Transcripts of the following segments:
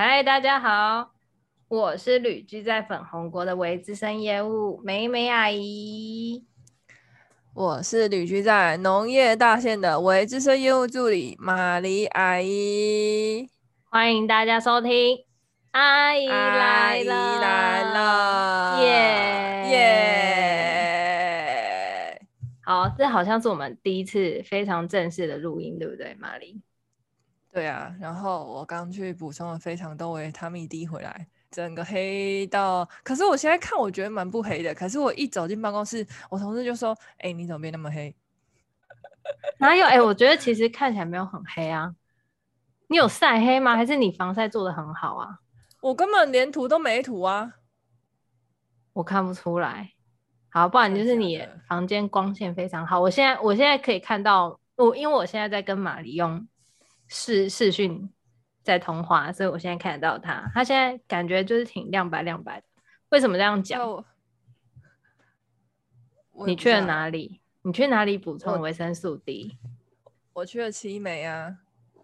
嗨，大家好，我是旅居在粉红国的微资深业务美美阿姨。 我是旅居在农业大县的微资深业务助理玛丽阿姨。 欢迎大家收听，阿姨阿来姨来了， 了， 耶！ 耶！ 好，这好像是我们第一次非常正式的录音，对不对，玛丽？ 对啊，然后我刚去补充了非常多维他命 D 回来，整个黑到，可是我现在看我觉得蛮不黑的，可是我一走进办公室，我同事就说：“哎、你怎么变那么黑？” 哪有？我觉得其实看起来没有很黑啊。你有晒黑吗？还是你防晒做的很好啊？ 我根本连涂都没涂啊！ 我看不出来。好，不然真的就是你假的？ 房间光线非常好。我现在可以看到，因为我现在在跟玛丽用视讯在通话，所以我现在看得到她。她现在感觉就是挺亮白亮白的。为什么这样讲？ 对啊，我也你去了不知道哎、 哪里？你去哪里补充我维生素 D？ 我去了奇美啊。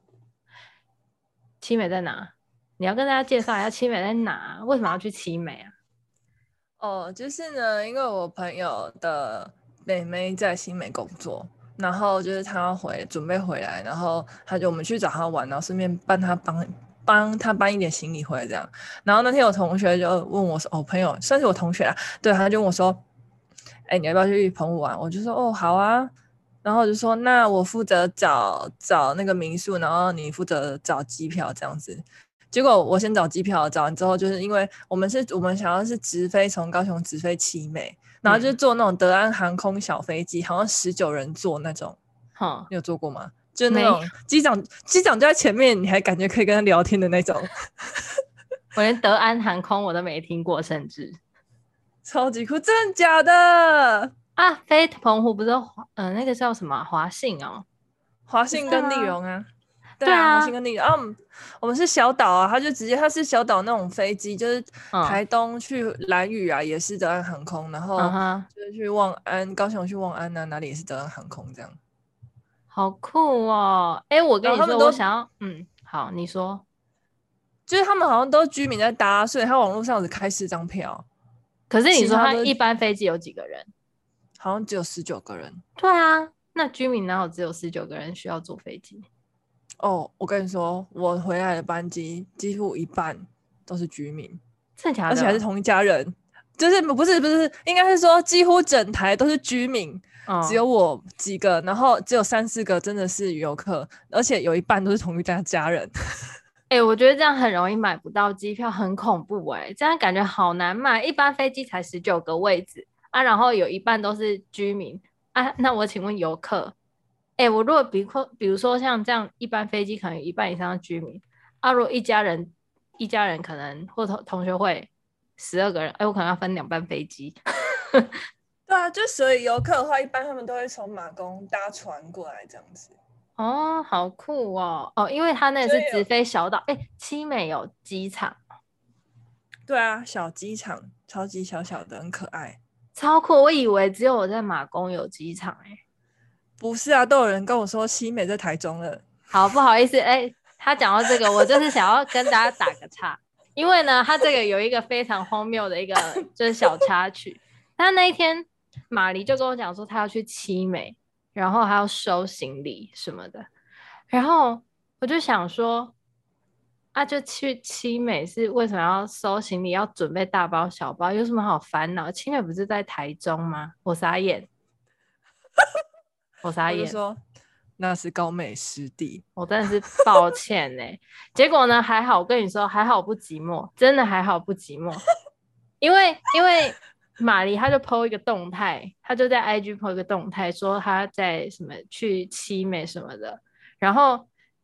七美在哪？你要跟大家介绍一下七美在哪？为什么要去七美啊？ 哦，就是呢，因为我朋友的妹妹在新美工作，然后就是她要准备回来，然后我们去找她玩，然后顺便帮她搬一点行李回来这样。然后那天我同学就问我说：“哦，朋友算是我同学啊，对，他就问我说：哎，你要不要去澎湖玩？”我就说：“哦，好啊。”然后我就说：“那我负责找那个民宿，然后你负责找机票这样子。”结果我先找机票，找完之后，就是因为我们想要是直飞从高雄直飞奇美，然后就嗯， 坐那种德安航空小飞机，好像19人坐那种， 好， 你有坐过吗？就是那没， 种机长就在前面，你还感觉可以跟他聊天的那种， 我连德安航空我都没听过，甚至。 超级酷，真的假的？ 啊，飞澎湖不是那个叫什么华信哦？不是华信跟丽吗？ 荣啊，对啊，华信对啊， 跟丽荣啊，我们是小岛啊，它是小岛那种飞机，就是嗯台东去兰屿啊，也是德安航空，然后嗯哼， 就是去望安，高雄去望安啊，哪里也是德安航空这样。 好酷哦！我跟你说，我然后他们都想要，好，你说。 就是他们好像都居民在搭，所以他网络上只开4张票， 可是你说他其他都一般飞机有几个人？ 好像只有19个人。 对啊，那居民哪有只有19个人需要坐飞机？ 哦，我跟你说，我回来的班机几乎一半都是居民， 真的假的？ 而且还是同一家人。就是不是，应该是说几乎整台都是居民，只嗯， 有我几个，然后只有3、4个真的是游客，而且有一半都是同一家人。 我觉得这样很容易买不到机票，很恐怖这样感觉好难买。一般飞机才19个位置啊，然后有一半都是居民啊。那我请问游客，我如果比如说像这样，一般飞机可能有一半以上的居民啊，如果一家人可能或同学会12个人，我可能要分2班飞机。 对啊，就所以游客的话，一般他们都会从马公搭船过来这样子。 哦，好酷哦！哦，因为它那个是直所以飞小岛，七美有机场， 对啊，小机场超级小小的，很可爱。 超酷。我以为只有我在马公有机场不是啊，都有人跟我说西美在台中了。 好，不好意思，他讲到这个，我就是想要跟大家打个岔，因为呢，他这个有一个非常荒谬的一个就是小插曲。他那一天，马黎就跟我讲说，他要去七美，然后还要收行李什么的，然后我就想说，啊，就去七美是为什么要收行李，要准备大包小包，有什么好烦恼？七美不是在台中吗？我傻眼，我傻眼。 我就说那是高美湿地。 我真的是抱歉呢、结果呢，还好，我跟你说，还好不寂寞，真的还好不寂寞，因为玛丽她就 po 一个动态，她就在 IG po 一个动态，说她在什么去七美什么的，然后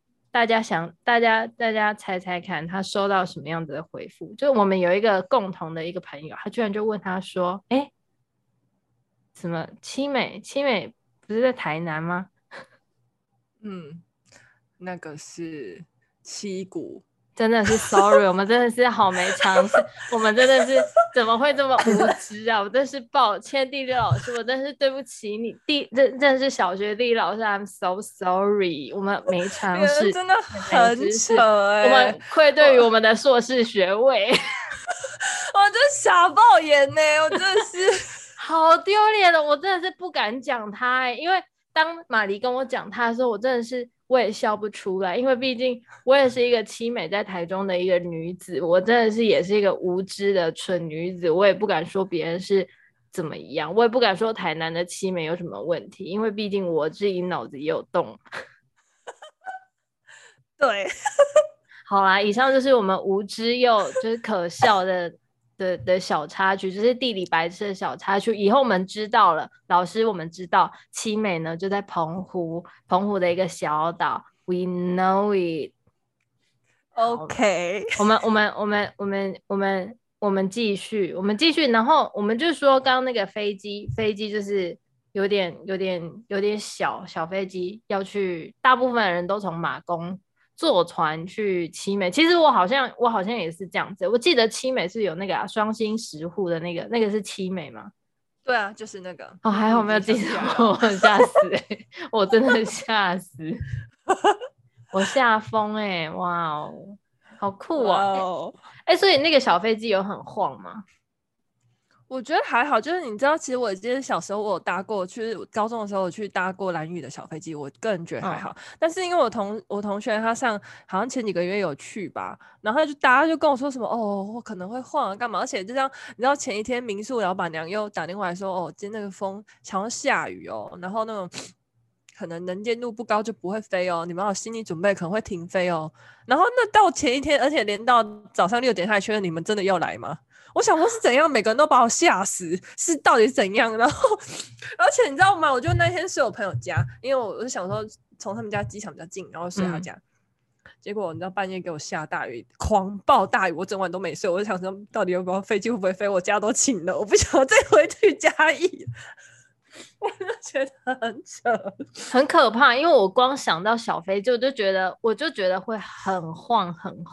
大家猜猜看，她收到什么样子的回复？就我们有一个共同的一个朋友，他居然就问他说，什么七美不是在台南吗？ 嗯，那个是七股。 真的是 sorry， 我们真的是好没常识，我们真的是怎么会这么无知啊！我真是抱歉，地理老师，我真是对不起你，真的是小学地理老师 ，I'm so sorry， 我们没常识， 真的很扯我们愧对于我们的硕士学位， 我真傻爆眼呢，我真的是好丢脸了，我真的是不敢讲他因为当马黎跟我讲他的时候，我真的是。我也笑不出来，因为毕竟我也是一个七美在台中的一个女子，我真的是也是一个无知的蠢女子，我也不敢说别人是怎么样，我也不敢说台南的七美有什么问题，因为毕竟我自己脑子也有洞。 对， 好啦，以上就是我们无知又就是可笑的小插曲，就是地理白痴的小插曲。以后我们知道了，老师我们知道七美呢就在澎湖的一个小岛 ，We know it。OK， 我们继续，然后我们就说刚刚那个飞机就是有点小飞机要去，大部分的人都从马公。坐船去七美，其实我好像也是这样子。我记得七美是有那个双星石户的那个是七美吗？ 对啊，就是那个。 哦，还好没有记错，我吓死我真的吓死，我吓疯哇哦，好酷啊！所以那个小飞机有很晃吗？ 我觉得还好，就是你知道，其实我记得小时候我有搭过，去高中的时候我去搭过兰屿的小飞机，我个人觉得还好。但是因为我同学他好像前几个月有去吧，然后大家就跟我说什么我可能会晃啊干嘛，而且就这样，你知道前一天民宿老板娘又打电话来说今天那个风好像下雨然后那种可能能见度不高就不会飞你们要有心理准备可能会停飞然后那到前一天，而且连到早上6点他还确认你们真的要来吗？我想说是怎样，每个人都把我吓死，是到底是怎样？然后，而且你知道吗？我就那天睡我朋友家，因为我就想说从他们家机场比较近，然后睡他家。结果你知道半夜给我下大雨，狂暴大雨，我整晚都没睡。我就想说，到底有没有飞机会不会飞？我家都请了，我不想再回去嘉义。我就觉得很扯， 很可怕。因为我光想到小飞机，我就觉得会很晃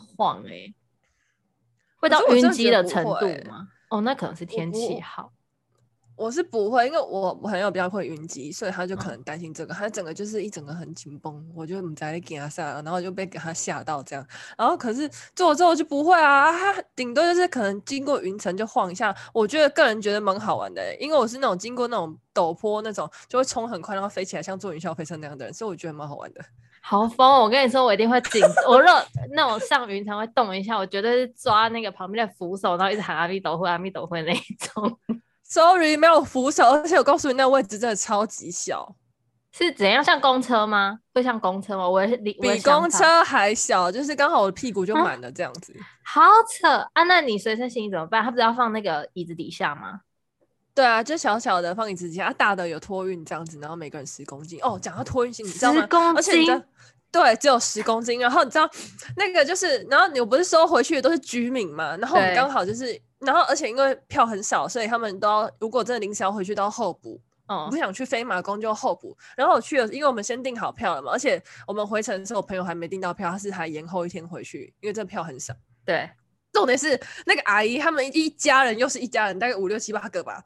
会到晕机的程度吗？那可能是天气好。 我是不会，因为我朋友比较会晕机，所以他就可能担心这个，他整个就是一整个很紧绷，我就不在给他吓，然后就被给他吓到这样。然后可是做了之后就不会他顶多就是可能经过云层就晃一下。我觉得个人觉得蛮好玩的因为我是那种经过那种陡坡那种就会冲很快，然后飞起来像坐云霄飞车那样的人，所以我觉得蛮好玩的。 好疯！我跟你说，我一定会紧。我若那种上云层会动一下，我绝对是抓那个旁边的扶手，然后一直喊阿弥陀佛、阿弥陀佛那一种。 Sorry， 没有扶手，而且我告诉你，那个位置真的超级小。 是怎样？像公车吗？会像公车吗？ 比公车还小，就是刚好我的屁股就满了这样子。 好扯啊！那你随身行李怎么办？他不是要放那个椅子底下吗？ 对啊，就小小的放椅子底下，大的有托运这样子，然后每个人10公斤。讲到托运行李，你知道吗？ 10公斤， 而且你知道，对，只有10公斤。然后你知道那个就是，然后你不是收回去的都是居民嘛？然后我们刚好就是，然后而且因为票很少，所以他们都要，如果真的临时要回去都要候补。不想去飞马公就候补。然后我去了，因为我们先订好票了嘛，而且我们回程的时候，我朋友还没订到票，他是还延后1天回去，因为这票很少。 对。 重点是那个阿姨他们一家人又是一家人，大概5、6、7、8个吧。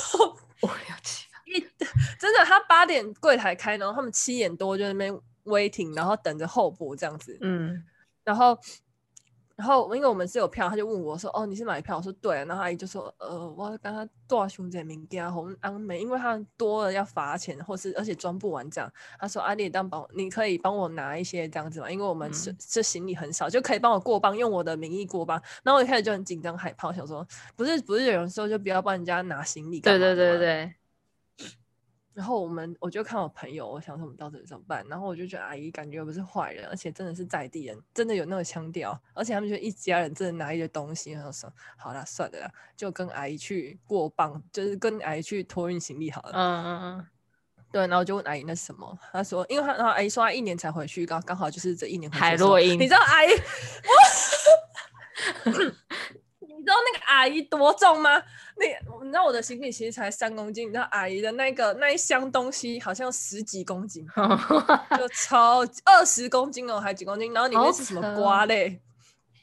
5、6、7、8， 真的，他8点柜台开，然后他们7点多就在那边 waiting， 然后等着候补这样子。然后因为我们是有票，他就问我说：“你是买票？”我说：“对。”然后阿姨就说：“我跟他多少兄弟名家红安美，因为他多了要罚钱，而且装不完这样。”他说：“阿丽你可以帮我拿一些这样子嘛？因为我们这行李很少，就可以帮我过磅，用我的名义过磅。”然后我一开始就很紧张害怕，想说：“不是有人说就不要帮人家拿行李干嘛的吗？” 对。 然后我就看我朋友，我想说我们到底怎么办？然后我就觉得阿姨感觉不是坏人，而且真的是在地人，真的有那个腔调，而且他们就一家人真的拿一些东西，然后说好啦算了啦，就跟阿姨去过磅，就是跟阿姨去托运行李好了。对，然后我就问阿姨那是什么，她说因为然后阿姨说她1年才回去，刚好就是这1年回去海洛因， 你知道阿姨你知道那个阿姨多重吗？你知道我的行李其实才3公斤，你知道阿姨的那一箱东西好像10几公斤，就超20公斤还几公斤，然后里面是什么瓜类？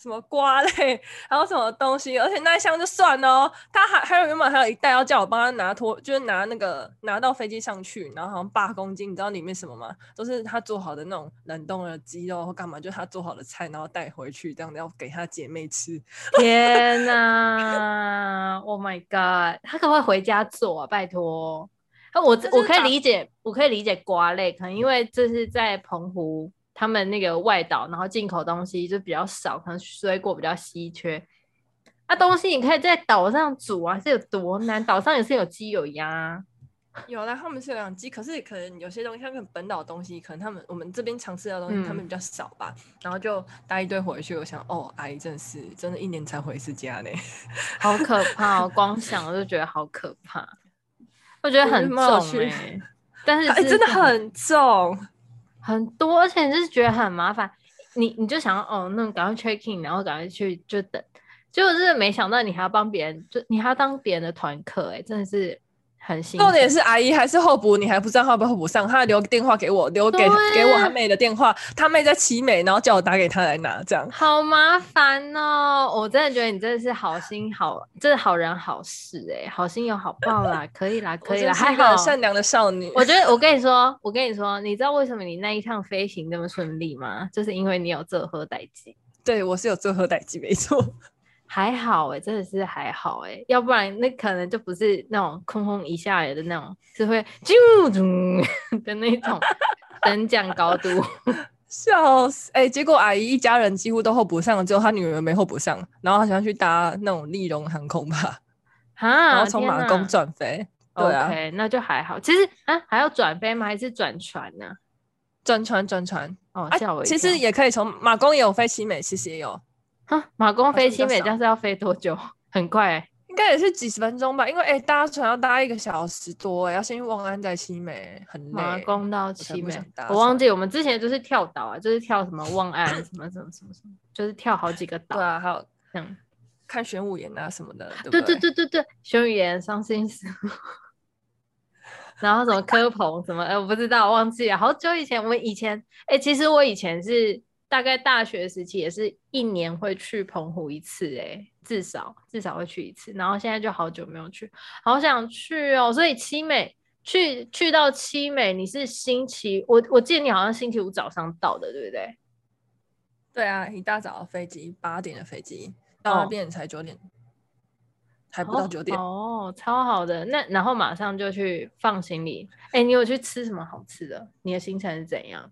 什么瓜类，还有什么东西，而且那一箱就算了哦，他还有原本还有一袋要叫我帮他拿就是拿到飞机上去，然后好像8公斤，你知道里面什么吗？都是他做好的那种冷冻的鸡肉或干嘛，就是他做好的菜，然后带回去，这样子要给他姐妹吃。 天哪！Oh my god！他可不可以回家做啊？拜托。我可以理解，我可以理解瓜类，可能因为这是在澎湖他们那个外岛，然后进口东西就比较少，可能水果比较稀缺。那东西你可以在岛上煮啊，是有多难？岛上也是有鸡有鸭。 有啦，他们是有养鸡，可是可能有些东西，像本岛的东西，可能我们这边常吃的东西，他们比较少吧。然后就带一堆回去，我想，阿姨真的1年才回一次家呢， 好可怕哦！光想我就觉得好可怕，我觉得很重但是真的很重， 很多，而且就是觉得很麻烦。你就想那赶快 check in，然后赶快去就等，结果真的没想到你还要帮别人，你还要当别人的团客，真的是很辛苦。 重点是阿姨还是候补，你还不知道会不会候补上，他留电话给我，留给我他妹的电话，他妹在奇美，然后叫我打给他来拿，这样好麻烦哦！我真的觉得你真的是好心好，真的好人好事好心有好报啦，可以啦，可以啦， 还好，一个善良的少女。 我觉得我跟你说，你知道为什么你那一趟飞行那么顺利吗？就是因为你有做好代志。 对，我是有做好代志，没错。 还好真的是还好要不然那可能就不是那种空空一下来的那种，是会啾啾的那种升降高度。 笑死！结果阿姨一家人几乎都候补上了，只有她女儿没候补上，然后她想要去搭那种立荣航空吧，然后从马公转飞。对啊 OK， 那就还好。其实还要转飞吗？还是转船呢？ 转船吓我一跳。 其实也可以从马公也有飞奇美，其实也有。 马公飞奇美，但是要飞多久？很快应该也是几十分钟吧，因为搭船要搭1个小时多，要先去望安再奇美，很累。 马公到奇美，我忘记我们之前就是跳岛啊，就是跳什么望安什么，就是跳好几个岛。 对啊，还有看玄武岩啊什么的，对不对？ 对，玄武岩、伤心石。然后什么科鹏什么，我不知道，忘记了。好久以前，其实我以前是大概大学时期，也是1年会去澎湖一次，至少会去一次。然后现在就好久没有去，好想去哦。所以七美去到七美，你是我记得你好像星期5早上到的，对不对？ 对啊，一大早的飞机，8点的飞机，到那边才9点。还不到9点超好的。那然后马上就去放行李。你有去吃什么好吃的？你的行程是怎样？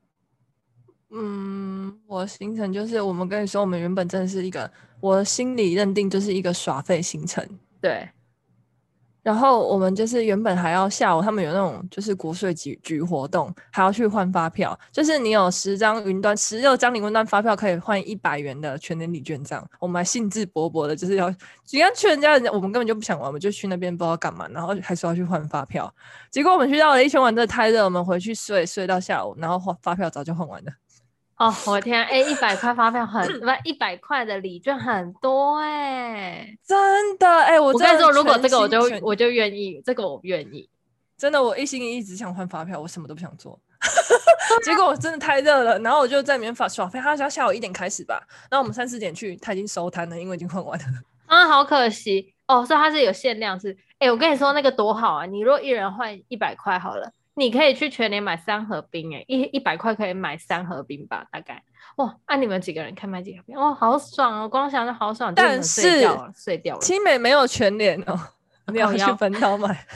我的行程就是我们跟你说，我们原本真的是我心里认定就是一个耍废行程。 对。 然后我们就是原本还要下午他们有那种就是国税局活动，还要去换发票，就是你有16张领云端发票可以换100元的全年礼券，这样我们还兴致勃勃的，就是要只要去人家，我们根本就不想玩，我们就去那边不知道干嘛，然后还说要去换发票，结果我们去到了一圈玩真的太热，我们回去睡到下午，然后发票早就换完了。 我天，100块发票100块的礼券很多真的我跟你说，如果这个我就愿意，这个我愿意。 真的，我一心一意只想换发票，我什么都不想做。结果我真的太热了，然后我就在里面耍废。他下午1点开始吧，然后我们3、4点去，他已经收摊了，因为已经换完了。 好可惜所以它是有限量是？我跟你说那个多好啊！你如果一人换100块好了。你可以去全联买3盒冰100块可以买3盒冰吧，大概。哇，你们几个人可以买几盒冰？哇，好爽哦！光想就好爽， 但是睡掉了。 奇美没有全联你要去本岛买。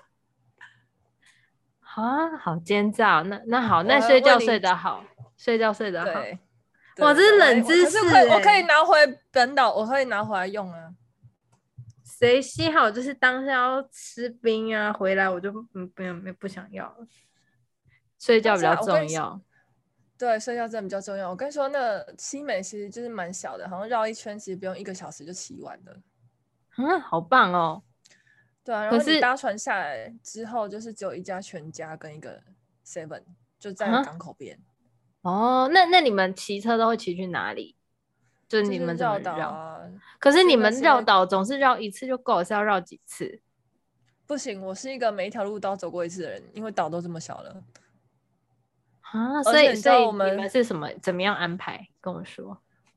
好奸诈。那好，那睡觉睡得好，睡得好。哇，这是冷知识我可以拿回本岛，我可以拿回来用啊。 谁稀好就是当下要吃冰啊，回来我就不想要了。睡觉比较重要。 对，睡觉真的比较重要。我跟你说，那七美其实就是蛮小的，好像绕一圈其实不用1个小时就骑完了。 好棒哦。 对啊，然后你搭船下来之后，就是只有一家全家跟一个 Seven， 就在港口边。 那你们骑车都会骑去哪里？就是你们怎么绕？ 可是你们绕岛总是绕一次就够了，是要绕几次？ 不行，我是一个每一条路都要走过一次的人，因为岛都这么小了。 所以你们是怎么样安排？跟我说。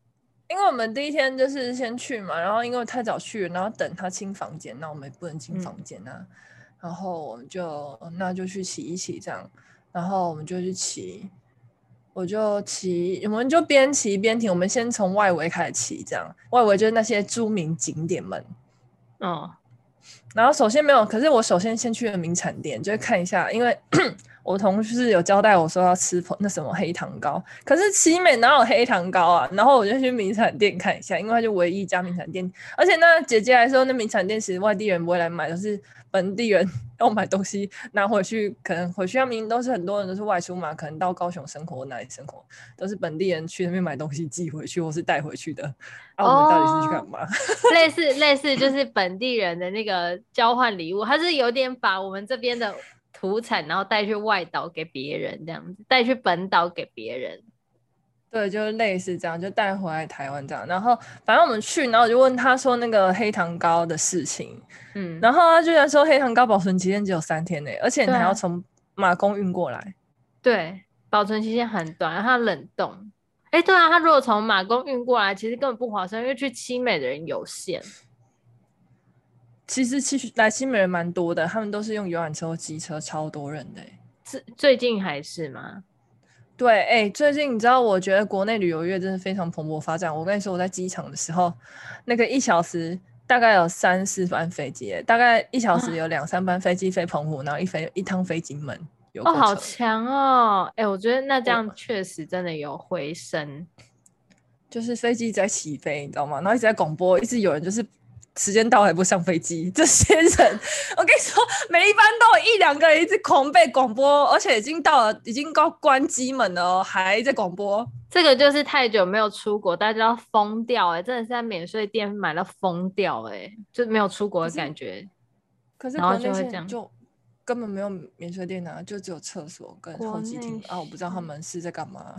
因为我们第一天就是先去嘛，然后因为太早去了，然后等他清房间，那我们也不能进房间啊，然后我们就去骑一骑这样，然后我们就去骑，我们就边骑边停，我们先从外围开始骑，这样外围就是那些著名景点们，然后首先没有，可是我首先先去了名产店，就是看一下，因为我同事有交代我说要吃那什么黑糖糕，可是奇美哪有黑糖糕啊？然后我就去名产店看一下，因为它就唯一一家名产店，而且那姐姐来说，那名产店其实外地人不会来买，都是本地人要买东西拿回去，可能回去他们都是很多人都是外出嘛，可能到高雄生活哪里生活，都是本地人去那边买东西寄回去或是带回去的。我们到底是去干嘛？ 类似就是本地人的那个交换礼物，它是有点把我们这边的土产，然后带去外岛给别人，这样子带去本岛给别人。 对，就类似这样，就带回来台湾这样。然后反正我们去，然后我就问他说那个黑糖糕的事情，然后他居然说黑糖糕保存期限只有3天呢，而且你还要从马公运过来。 对，保存期限很短，它冷冻。对啊，他如果从马公运过来，其实根本不划算，因为去七美的人有限。 其实来七美人蛮多的，他们都是用游览车或机车，超多人的。 最近还是吗？ 对，最近你知道，我觉得国内旅游业真的非常蓬勃发展。我跟你说，我在机场的时候，那个1小时大概有3-4班飞机，大概1小时有2-3班飞机飞澎湖，然后一趟飞金门。 好强哦！我觉得那这样确实真的有回升， 就是飞机在起飞，你知道吗？然后一直在广播，一直有人就是时间到还不上飞机，这些人，我跟你说，每一班都有1-2个人一直狂被广播，而且已经关机门了哦，还在广播。 这个就是太久没有出国，大家要疯掉真的是在免税店买到疯掉就没有出国的感觉。 可是国内现在就根本没有免税店啊，就只有厕所跟候机厅啊，我不知道他们是在干嘛。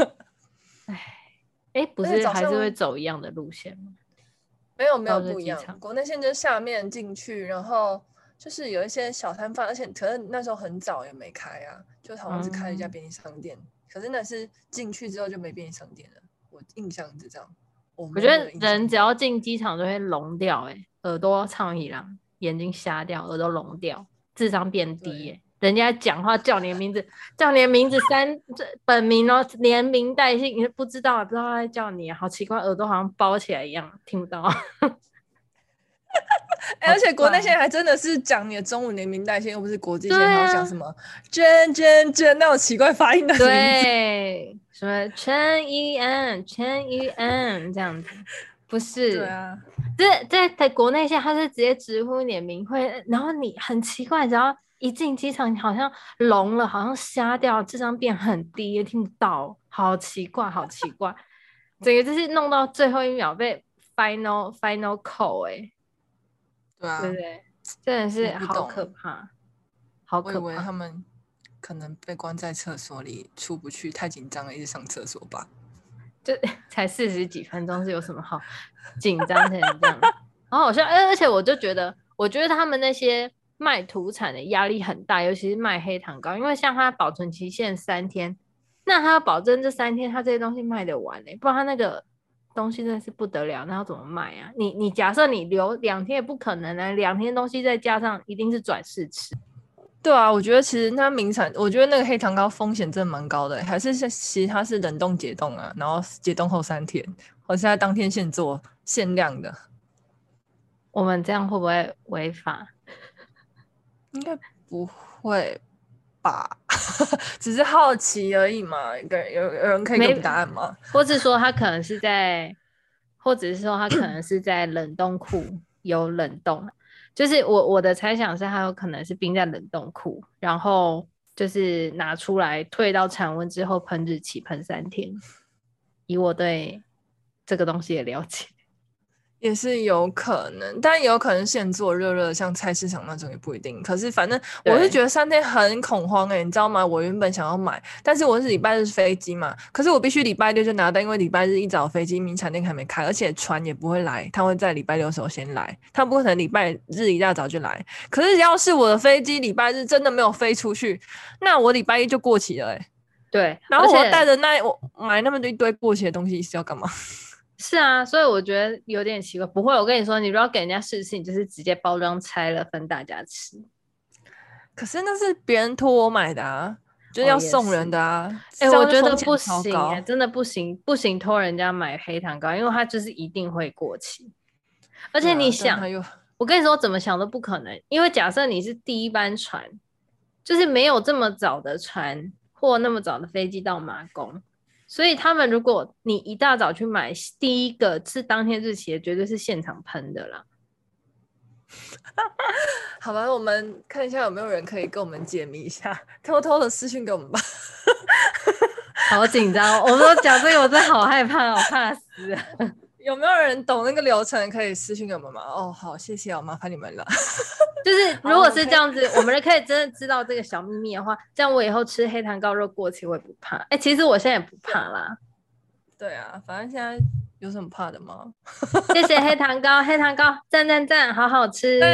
不是还是会走一样的路线吗？ 没有不一样。国内线就下面进去，然后就是有一些小摊贩，而且可能那时候很早也没开啊，就好像只开了一家便利商店，可是那是进去之后就没便利商店了，我印象是这样。 我觉得人只要进机场就会聋掉，耳朵唱一郎，眼睛瞎掉，耳朵聋掉，智商变低人家讲话叫你的名字本名哦，连名带姓，你不知道他在叫你，好奇怪，耳朵好像包起来一样，听不到。 而且国内现在还真的是讲你的中文连名带姓，又不是国际线，还要讲什么真那种奇怪发音的名字， 对，什么陈怡安这样子，不是？ 对啊， 在国内线他是直接直呼你的名讳，然后你很奇怪，只要一进机场，你好像聋了，好像瞎掉，智商变很低，也听不到，好奇怪，整个就是弄到最后一秒被 final call 对啊， 对不对？真的是好可怕， 我以为他们可能被关在厕所里出不去，太紧张了，一直上厕所吧。 就才40几分钟，是有什么好紧张成这样？好好笑，而且我觉得他们那些卖土产的压力很大，尤其是卖黑糖糕，因为像它保存期限3天，那他要保证这3天他这些东西卖得完不然他那个东西真的是不得了，那要怎么卖啊？你假设你留2天也不可能啊，2天东西再加上一定是转试吃。 对啊，我觉得其实那名产，我觉得那个黑糖糕风险真的蛮高的，还是其实它是冷冻解冻啊，然后解冻后3天，或是它当天现做限量的。 我们这样会不会违法？ 应该不会吧，只是好奇而已嘛。有人可以给我答案吗？ 或者说他可能是在冷冻库有冷冻。就是我的猜想是，它有可能是冰在冷冻库，然后就是拿出来退到常温之后喷日期，喷3天。以我对这个东西的了解， 也是有可能，但也有可能现做热热，像菜市场那种也不一定。可是反正我是觉得3天很恐慌你知道吗？我原本想要买，但是我是礼拜日飞机嘛，可是我必须礼拜六就拿到，因为礼拜日一早飞机名产店还没开，而且船也不会来，他会在礼拜六的时候先来，他不可能礼拜日一大早就来。可是要是我的飞机礼拜日真的没有飞出去，那我礼拜一就过期了对， 然后我带着我买那么一堆过期的东西是要干嘛？ 是啊，所以我觉得有点奇怪。不会，我跟你说，你如果要给人家试吃，你就是直接包装拆了分大家吃。 可是那是别人托我买的啊，就是哦， 要送也是。 人的啊， 哎、 这样我就风险觉得不超高。 行真的不行，不行托人家买黑糖糕，因为它就是一定会过期。而且你对啊，但想， 他又我跟你说怎么想都不可能，因为假设你是第一班船，就是没有这么早的船或那么早的飞机到马公，所以他们如果你一大早去买，第一个是当天日期的，绝对是现场喷的啦。 好吧，我们看一下有没有人可以跟我们解谜一下，偷偷的私讯给我们吧。 好紧张哦，我们都讲这个，我真的好害怕，好怕死啊。 有没有人懂那个流程可以私讯给我们吗？哦，好，谢谢哦，麻烦你们了。 就是如好，我果们可以是这样子，我们可以真的知道这个小秘密的话，这样我以后吃黑糖糕肉过期我也不怕。哎、其实我现在也不怕啦。 对啊，反正现在有什么怕的吗？ 谢谢黑糖糕，黑糖糕赞赞赞，好好吃。 对，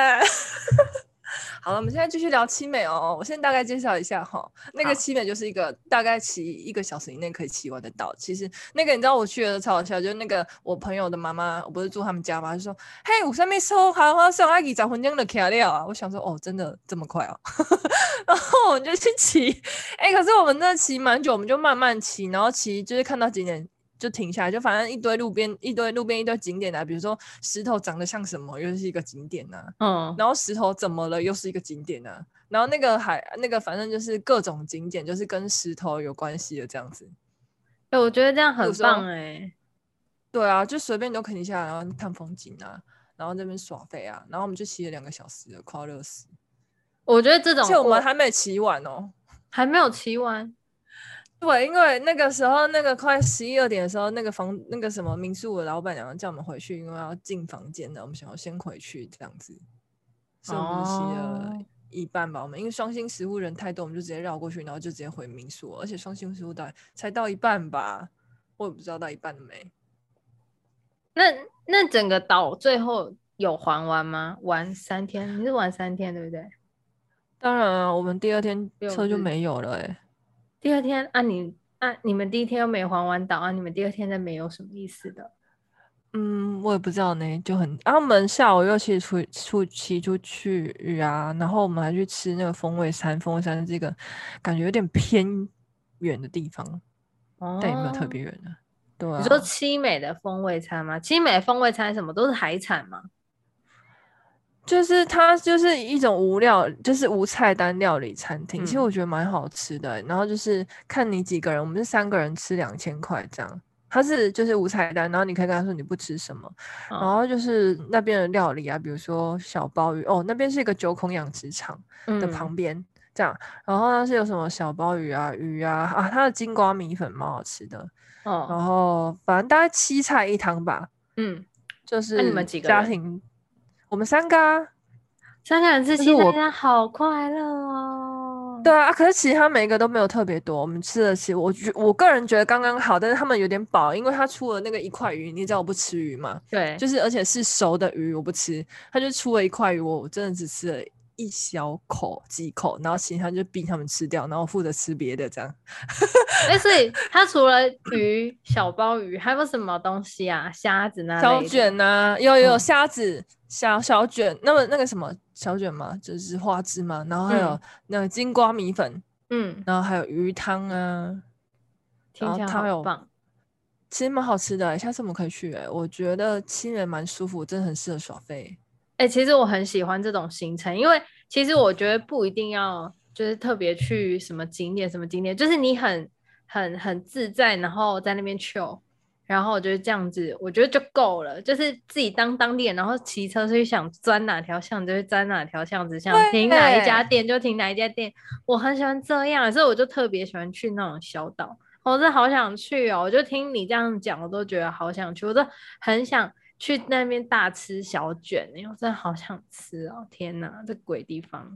好了，我们现在继续聊七美哦。我先大概介绍一下哈，那个好， 七美就是一个大概骑1个小时以内可以骑完的岛。其实那个你知道我去的超好笑，就是那个我朋友的妈妈，我不是住他们家嘛，就说：“嘿，我上面收好好送阿姨找婚姻的卡料啊。”我想说，哦，真的这么快哦？然后我们就去骑，可是我们那骑蛮久，我们就慢慢骑，然后骑就是看到景点就停下来，就反正一堆路边一堆景点啊，比如说石头长得像什么，又是一个景点啊， 嗯， 然后石头怎么了，又是一个景点啊，然后那个反正就是各种景点，就是跟石头有关系的这样子。 哎、我觉得这样很棒有时候哎、 对啊，就随便都可以停下来，然后看风景啊，然后这边耍废啊，然后我们就骑了2个小时了，快要热死。 我觉得这而且我们种我还没骑完哦。 还没有骑完。 对，因为那个时候，那个快11、12点的时候，那个什么民宿的老板娘叫我们回去，因为要进房间了，我们想要先回去这样子，所以我们就骑了哦， 一半吧。我们因为双星石户人太多，我们就直接绕过去，然后就直接回民宿，而且双星石户才到一半吧，我也不知道到一半了没。 那那整个岛最后有还完吗？玩3天，你是玩3天对不对？ 当然啊，我们第二天车就 6日， 没有了第二天啊你们第一天又没还完岛啊，你们第二天再没有什么意思的。 嗯，我也不知道呢，就很。我们下午又骑出去啊，然后我们还去吃那个风味餐。风味餐这个感觉有点偏远的地方，但也没有特哦， 别远的。对你说啊， 七美的风味餐吗？七美风味餐什么都是海产吗？ 就是它就是一种就是无菜单料理餐厅。其实我嗯， 觉得蛮好吃的然后就是看你几个人，我们是3个人吃2000块这样。它是就是无菜单，然后你可以跟他说你不吃什么，然哦， 后就是那边的料理啊，比如说小鲍鱼哦，那边是一个九孔养殖场的嗯， 旁边这样，然后呢是有什么小鲍鱼啊、鱼啊，它的金瓜米粉蛮好吃的，然哦， 后反正大概7菜1汤吧， 嗯， 就那、你们是几个人？ 家庭，我们3个啊， 3个人吃就是我七餐，好快乐哦。 对啊，可是其实他每一个都没有特别多，我们吃的其实我个人觉得刚刚好，但是他们有点饱，因为他出了那个一块鱼，你知道我不吃鱼嘛， 对， 就是而且是熟的鱼我不吃，他就出了一块鱼，我真的只吃了一小口几口，然后其他就逼他们吃掉，然后我负责吃别的这样。 哎，所以它除了鱼、小鲍鱼，还有什么东西啊？虾子那小类的？ 卷呐、有嗯虾子、小卷，那个什么小卷嘛，就是花枝嘛，然后还有嗯那个金瓜米粉， 嗯， 然后还有鱼汤啊，然后听起来它有好棒。 其实蛮好吃的下次我们可以去我觉得亲人蛮舒服，真的很适合耍废。 哎、其实我很喜欢这种行程，因为其实我觉得不一定要就是特别去什么景点，什么景点，就是你很自在，然后在那边 chill，然后我觉得这样子，我觉得就够了，就是自己当当地人，然后骑车出去想钻哪条巷子就钻哪条巷子，想停哪一家对， 店就停哪一家店，我很喜欢这样，所以我就特别喜欢去那种小岛。我真的好想去哦！我就听你这样讲，我都觉得好想去，我都很想去那边大吃小卷欸我真的好想吃哦！天哪，这鬼地方，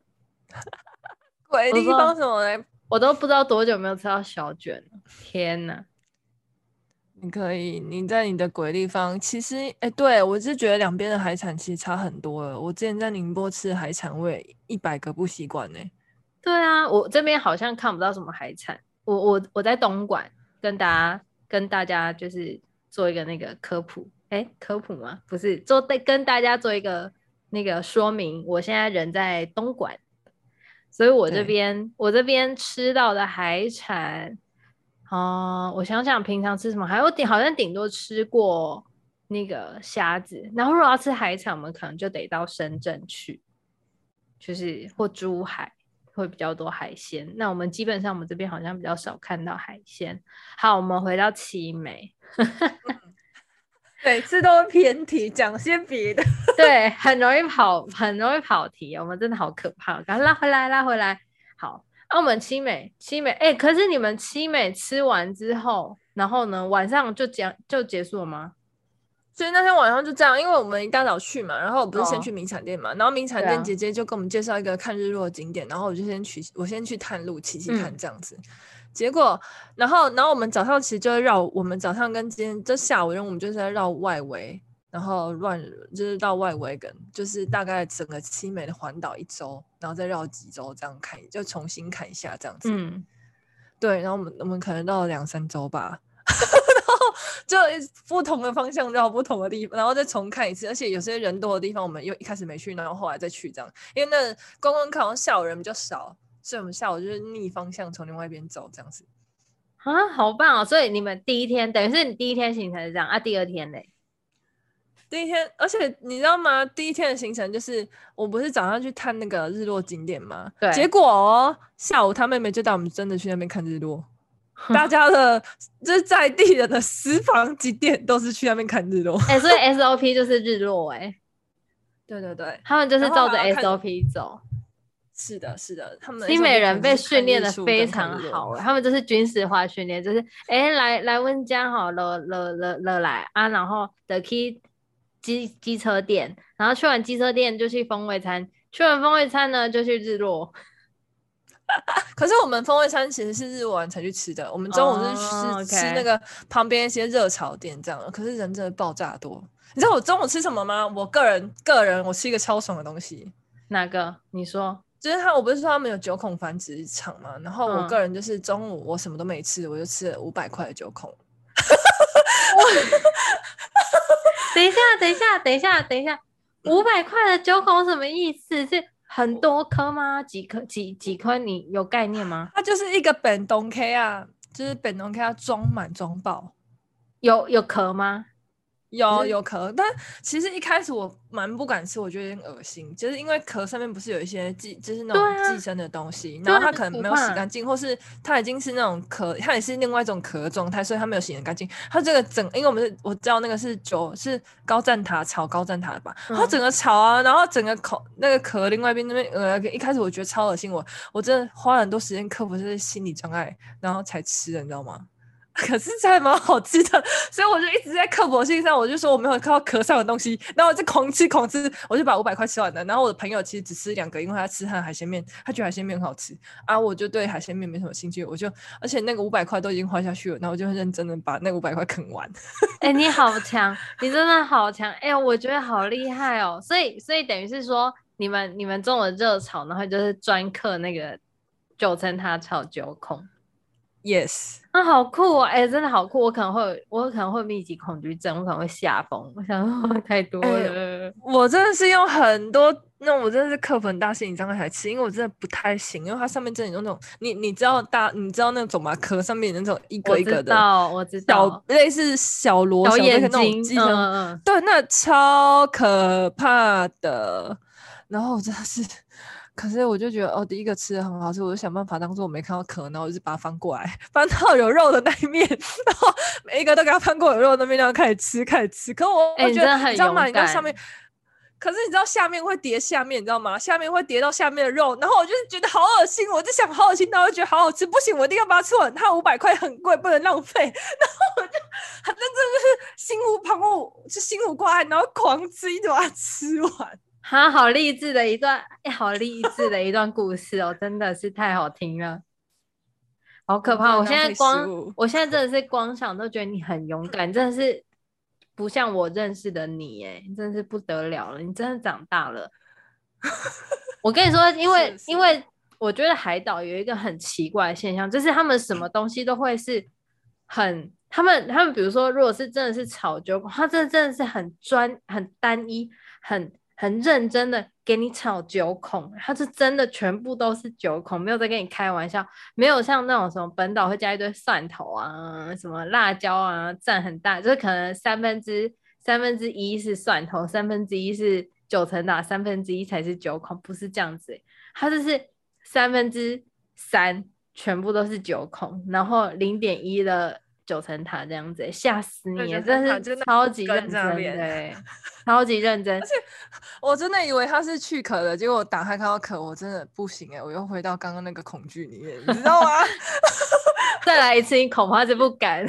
鬼地方我说什么嘞？ 我都不知道多久没有吃到小卷了，天哪！ 你可以，你在你的鬼地方，其实，对我是觉得两边的海产其实差很多了。我之前在宁波吃的海产，我也100个不习惯呢。 对啊，我这边好像看不到什么海产，我在东莞跟大家就是做一个那个科普，科普吗？不是，跟大家做一个那个说明。我现在人在东莞，所以我这边吃到的海产，我想想平常吃什么，好像顶多吃过那个虾子，然后如果要吃海产，我们可能就得到深圳去，就是或珠海会比较多海鲜。那我们基本上我们这边好像比较少看到海鲜。好，我们回到七美。 每次都会偏题，讲些别的。 对，很容易跑题，我们真的好可怕。赶快拉回来。好，我们七美，可是你们七美吃完之后，然后呢，晚上就结束了吗？ 所以那天晚上就这样，因为我们一大早去嘛，然后我不是先去哦， 名产店嘛，然后名产对啊， 店姐姐就跟我们介绍一个看日落的景点，然后我先去探路骑看这样子。结果，然后我们早上其实就会我们早上跟今天这下午，因为我们就是在绕外围，然后就是绕外围就是大概整个七美的环岛一周，然后再绕几周这样看，就重新看一下这样子。对，然后我们可能绕了2-3周吧。就不同的方向绕不同的地方，然后再重看一次。而且有些人多的地方，我们又一开始没去，然后后来再去这样。因为那观光课好像下午人比较少，所以我们下午就是逆方向从另外一边走这样子。 好棒哦！所以你们第一天等于是你第一天行程是这样啊，第二天嘞？ 第一天，而且你知道吗？第一天的行程就是我不是早上去探那个日落景点吗？ 对， 结果下午他妹妹就带我们真的去那边看日落。大家的就是在地人的私房景点都是去那边看日落。 所以 SOP 就是日落对对对， 他们就是照着 SOP 走。 是的，他们的新美 SOP 人被训练的可能是看日出非跟看日落。 常好，他们就是军事化训练，就是来温家好了来啊，然后的去机车店，然后去完机车店就去风味餐，去完风味餐呢就去日落。 可是我们风味餐其实是日落完才去吃的，我们中午是吃那个旁边一些热炒店这样，可是人真的爆炸多。你知道我中午吃什么吗？我个人我吃一个超爽的东西。 哪个？你说？ 就是我不是说他们有9孔繁殖场嘛，然后我个人就是中午我什么都没吃，我就吃了500块的9孔。 等一下，500块的9孔什么意思？是很多颗吗？几颗？你有概念吗？ 它就是一个本东 K 啊，就是本东 K 啊，装满装爆。 有壳吗？ 有壳，但其实一开始我蛮不敢吃，我觉得有点恶心，就是因为壳上面不是有一些就是那种寄生的东西，然后它可能没有洗干净，或是它已经是那种壳，它也是另外一种壳的状态，所以它没有洗得干净。它这个因为我知道那个是高赞塔炒高赞塔的吧，它整个炒啊，然后整个那个壳另外一边那边一开始我觉得超恶心，我真的花了很多时间克服这些心理障碍，然后才吃的，你知道吗？可是这还蛮好吃的，所以我就一直在刻薄心上，我就说我没有看到壳上的东西，然后我就狂吃，我就把500块吃完了。然后我的朋友其实只吃2个，因为他吃他的海鲜面，他觉得海鲜面很好吃啊，我就对海鲜面没什么兴趣，而且那个500块都已经花下去了，然后我就很认真的把那500块啃完。 你好强，你真的好强，我觉得好厉害哦。所以等于是说，你们中了热炒，然后就是专克那个9层塔炒9孔。 Yes， 好酷哦！真的好酷。我可能会密集恐惧症，我可能会吓疯。我想说太多了。 我真的是用很多我真的是克服很大心理障碍才吃，因为我真的不太行，因为它上面真的有那种你知道那种吗？壳上面有那种一个一个的， 我知道， 类似小螺小眼那种寄生，对，那超可怕的。然后我真的是。可是我就觉得第一个吃的很好吃，我就想办法当做我没看到壳，然后我就把它翻过来，翻到有肉的那一面，然后每一个都给它翻过有肉的那边，然后开始吃。可我觉得你知道吗？你知道上面，可是你知道下面会叠下面，你知道吗？下面会叠到下面的肉，然后我就觉得好恶心，我就想好恶心，然后我就觉得好好吃，不行，我一定要把它吃完。它500块很贵，不能浪费。然后我就很认真，就是心无旁骛，就心无挂碍，然后狂吃，一直把它吃完。 好励志的一段，好励志的一段故事哦，真的是太好听了，好可怕！我现在真的是光想都觉得你很勇敢，真的是不像我认识的你，真的是不得了了，你真的长大了。我跟你说，因为我觉得海岛有一个很奇怪的现象，就是他们什么东西都会是很他们比如说，如果是真的是炒九孔，他真的是很单一、很认真的给你炒九孔，他是真的全部都是九孔，没有在跟你开玩笑，没有像那种什么本岛会加一堆蒜头啊、什么辣椒啊，占很大，就是可能三分之一是蒜头，1/3是九层塔，1/3才是九孔，不是这样子它就是3/3全部都是九孔，然后0.1的九层塔这样子吓死你耶！真是超级认真的超级认真。 而且我真的以为它是去壳的，结果我打开看到壳，我真的不行我又回到刚刚那个恐惧里面，你知道吗？ 再来一次，你恐怕是不敢，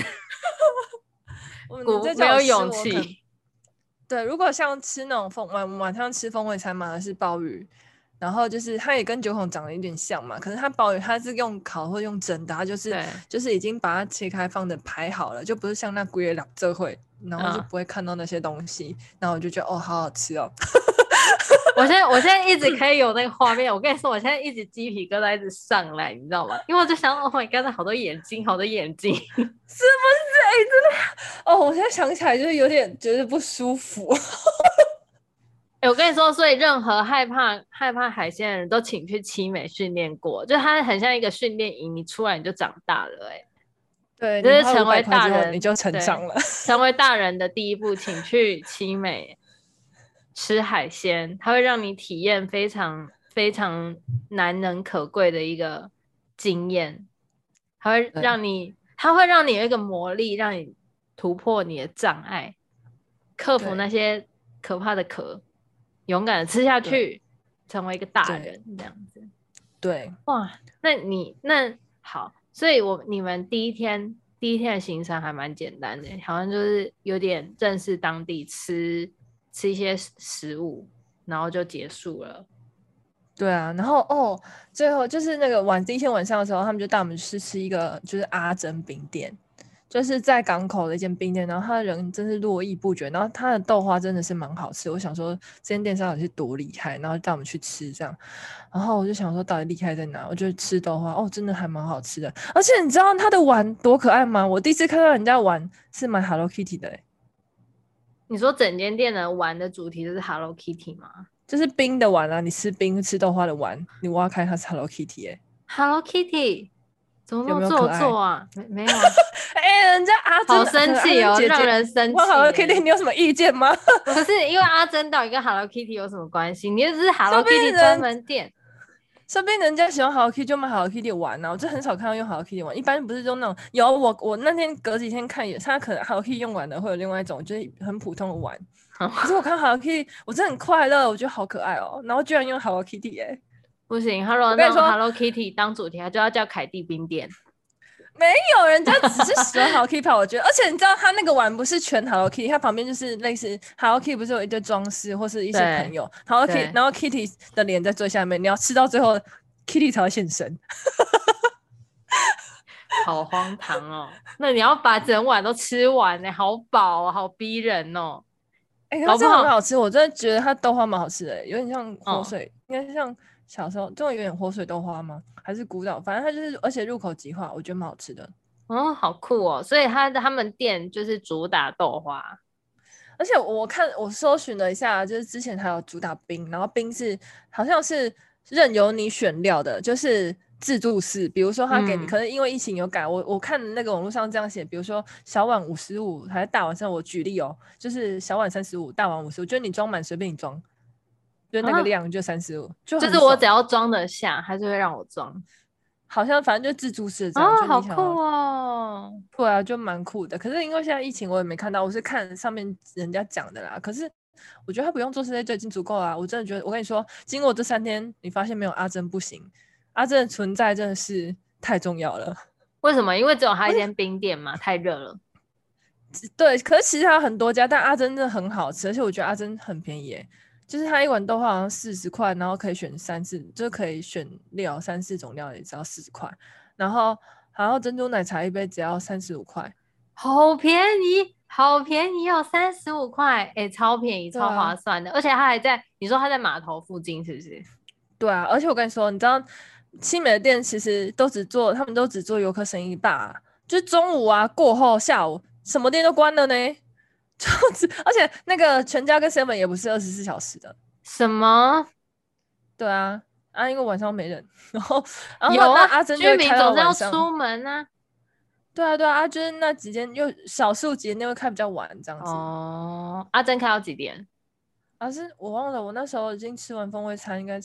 没有勇气。 对，如果像吃那种晚上吃风味餐嘛，是鲍鱼，然后就是它也跟九孔长得有点像嘛，可是它鲍鱼它是用烤或用蒸的，它就是已经把它切开放的排好了，就不是像那龟两这会，然后就不会看到那些东西，然后我就觉得好好吃哦。 我现在一直可以有那个画面，我跟你说，我现在一直鸡皮疙瘩一直上来，你知道吗？因为我就想，Oh my god， 好多眼睛，好多眼睛，是不是？ 真的我现在想起来就是有点觉得不舒服。 我跟你说，所以任何害怕海鲜的人都请去七美训练过，就它很像一个训练营，你出来你就长大了对， 就是成为大人， 你就成长了。 成为大人的第一步，请去七美吃海鲜，它会让你体验非常非常难能可贵的一个经验，它会让你有一个魔力，让你突破你的障碍，克服那些可怕的壳，勇敢的吃下去，成为一个大人这样子。 对， 哇，那好，所以你们第一天的行程还蛮简单的，好像就是有点认识当地，吃一些食物，然后就结束了。 对啊，然后最后就是那个第一天晚上的时候，他们就带我们去吃一个就是阿珍冰店，就是在港口的一间冰店，然后他的人真是络绎不绝，然后他的豆花真的是蛮好吃。我想说这间店到底是多厉害，然后带我们去吃这样，然后我就想说到底厉害在哪？我就吃豆花，真的还蛮好吃的。而且你知道他的碗多可爱吗？我第一次看到人家碗是买 Hello Kitty 的你说整间店的碗的主题就是 Hello Kitty 吗？ 就是冰的碗啊，你吃冰吃豆花的碗，你挖开它是 Hello Kitty Hello Kitty 怎么那么做作啊？没有人家阿珍好生气让人生气。 Hello Kitty 你有什么意见吗？ 不是因为阿珍到底跟 Hello Kitty 有什么关系？你就是 Hello Kitty 专门店， 说不定人家喜欢 Hello Kitty 就买 Hello Kitty 玩啊，我就很少看到用 Hello Kitty 玩，一般不是用那种有我那天隔几天看他可能 Hello Kitty 用完的会有另外一种就是很普通的玩。可是我看 Hello Kitty 我真的很快乐，我觉得好可爱然后居然用 Hello Kitty 不行，他如果用 Hello Kitty 当主题，他就要叫凯蒂冰店。 没有，人家只是喜欢 Hello Kitty 我觉得，而且你知道他那个碗不是全 Hello Kitty， 它旁边就是类似 Hello Kitty 不是有一堆装饰或是一些朋友 Hello Kitty， 然后 Kitty 的脸在最下面，你要吃到最后 Kitty 才会现身。 好荒唐那你要把整碗都吃完好饱好逼人它真的很好吃，我真的觉得它豆花蛮好吃的有点像活水应该是像小时候这种有点活水豆花吗？还是古早？反正它就是，而且入口即化，我觉得蛮好吃的。 好酷所以他们店就是主打豆花， 而且我搜寻了一下，就是之前还有主打冰，然后冰是好像是任由你选料的，就是自助式。比如说他给你，可能因为疫情有改，我看那个网络上这样写，比如说小碗55还是大碗30，我举例就是小碗35，大碗55，就是你装满随便你装。就那个量就35， 就是我只要装得下，他就会让我装。 好像反正就自助式这样。 好酷对啊，就蛮酷的。可是因为现在疫情，我也没看到，我是看上面人家讲的啦。可是我觉得他不用做这些就已经足够啦。我真的觉得，我跟你说，经过这3天，你发现没有阿珍不行，阿珍的存在真的是太重要了。 为什么？因为只有他一间冰店嘛，太热了。 对，可是其实他很多家，但阿珍真的很好吃，而且我觉得阿珍很便宜就是它一碗豆花好像40块，然后可以选就是可以选料3-4种料也只要40块，然后珍珠奶茶一杯只要35块， 好便宜35块，超便宜，超划算的，而且它还在，你说它在码头附近是不是？ 对啊，而且我跟你说，你知道七美的店其实他们都只做游客生意大， 就是中午啊过后下午什么店都关了呢，而且那个全家跟 Seven 也不是24小时的。 什么？ 对啊，因为晚上没人，然后有啊， 那阿珍就居会开到民总是要晚上。 出门啊。 对啊对啊，就是那几间又少数几间店会开比较晚这样子。 哦，阿珍开到几点？ 是我忘了，我那时候已经吃完风味餐，应该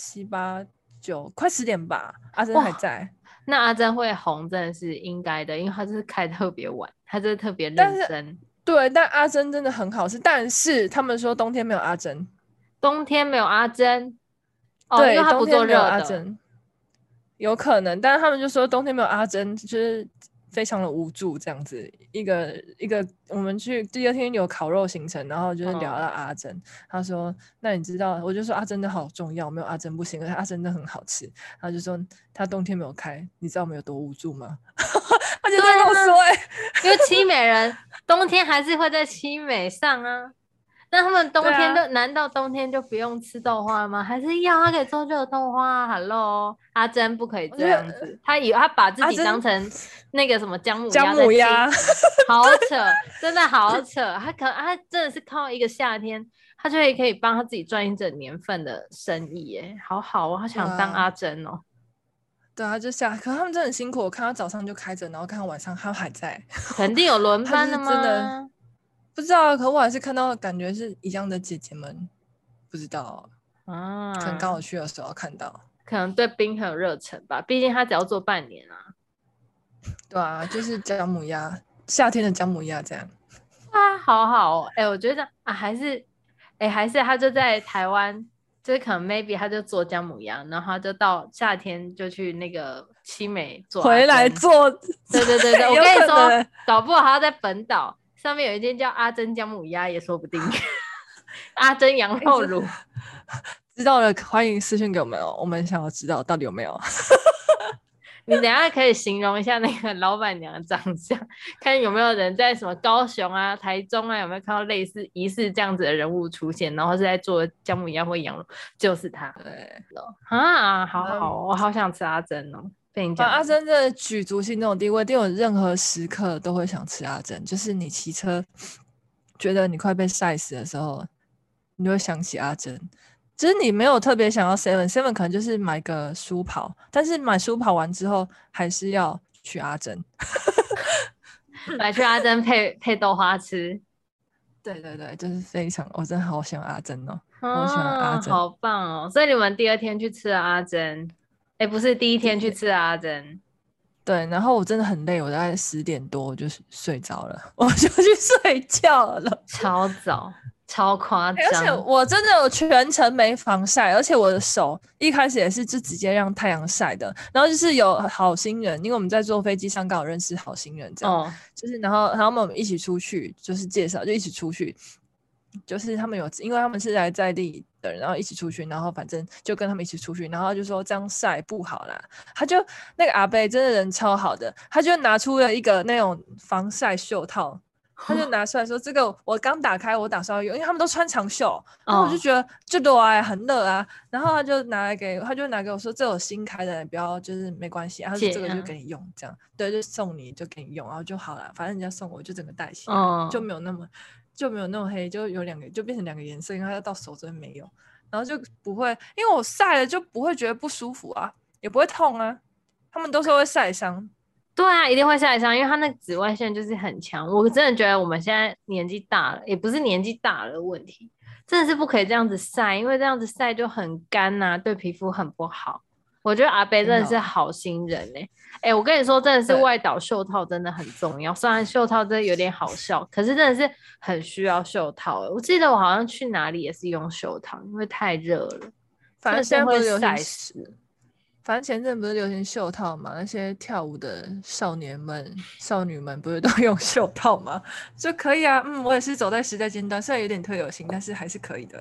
7、8、9，快10点吧。阿珍还哇， 在， 那阿珍会红真的是应该的，因为她就是开特别晚，她真的特别但是认真。 对，但阿珍真的很好吃，但是他们说冬天没有阿珍。 冬天没有阿珍哦，因为对， 她不做冬天没有热的。 阿珍。有可能，但是他们就说冬天没有阿珍，就是非常的无助这样子。一个，我们去第二天有烤肉行程，然后就是聊到阿珍，他说：“那你知道？”我就说：“阿珍的好重要，没有阿珍不行，而且阿珍的很好吃。”他就说：“他冬天没有开，你知道我们有多无助吗？”他就这样跟我说、 因为七美人冬天还是会在七美上啊。那他们冬天就、难道冬天就不用吃豆花吗？还是要他可以做热豆花？Hello，阿珍不可以这样子，他把自己当成那个什么姜母鸭在好扯，真的好扯。他真的是靠一个夏天，他就可以帮他自己赚一整年份的生意耶，好好，我好想当阿珍哦。 对啊，可是他们真的很辛苦。我看他早上就开着，然后看到晚上他还在， 肯定有轮班的他是真的吗？ 不知道，可我还是看到感觉是一样的姐姐们，不知道啊， 可能刚好去的时候看到， 可能对冰很有热忱吧，毕竟他只要做半年啊。 对啊，就是姜母鸭，夏天的姜母鸭这样。 啊，好好哦，我觉得啊，还是他就在台湾，就是可能 maybe 他就做姜母鸭，然后他就到夏天就去那个七美做阿回来珍。 做， 对对对对，我有跟你说， 可能搞不好他在本岛上面有一间叫阿珍姜母鸭也说不定，阿珍羊肉卤。 知道了，欢迎私讯给我们哦，我们想要知道到底有没有。 你等一下可以形容一下那个老板娘的长相，看有没有人在什么高雄啊、台中啊，有没有看到类似疑似这样子的人物出现，然后是在做姜母鸭或羊肉，就是他。 对啊，好好，我好想吃阿珍哦。被你讲， 阿珍的举足轻重地位，一定有任何时刻都会想吃阿珍。就是你骑车觉得你快被晒死的时候，你就会想起阿珍。只是你没有特别想要 7，7可能就是买个舒跑，但是买舒跑完之后还是要去阿珍。 来去阿珍配豆花吃。 对对对，就是非常，我真的好喜欢阿珍哦，好喜欢阿珍。 好棒哦！所以你们第二天去吃了阿珍，不是第一天去吃了阿珍。 对，然后我真的很累，我大概10点多我就睡着了，我就去睡觉了， 超早。超夸张， 而且我真的有全程没防晒，而且我的手一开始也是就直接让太阳晒的。然后就是有好心人，因为我们在坐飞机上刚好认识好心人，这样，就是然后我们一起出去，就是介绍就一起出去，就是他们因为他们是在地的人，然后一起出去，然后反正就跟他们一起出去，然后就说这样晒不好啦。那个阿伯真的人超好的，他就拿出了一个那种防晒袖套。他就拿出来说：“这个我刚打开，我打算要用，因为他们都穿长袖，然后我就觉得就热啊，很热啊。然后他就拿给我说：这我新开的，你不要就是没关系，他说这个就给你用，这样对，就送你就给你用，然后就好了，反正人家送我就整个带起来，就没有那么黑，就有就变成2个颜色，因为它到手这边没有，然后就不会，因为我晒了就不会觉得不舒服啊，也不会痛啊。他们都说会晒伤。” 对啊，一定会晒伤，因为它那个紫外线就是很强。我真的觉得我们现在年纪大了，也不是年纪大了的问题，真的是不可以这样子晒，因为这样子晒就很干啊，对皮肤很不好。我觉得阿伯真的是好心人我跟你说，真的是外岛袖套真的很重要。虽然袖套真的有点好笑，可是真的是很需要袖套。我记得我好像去哪里也是用袖套，因为太热了， 反正现在不是流行晒死。 反正前阵不是流行袖套嘛，那些跳舞的少女们不是都用袖套吗？就可以啊。我也是走在时代尖端，虽然有点特有型，但是还是可以的。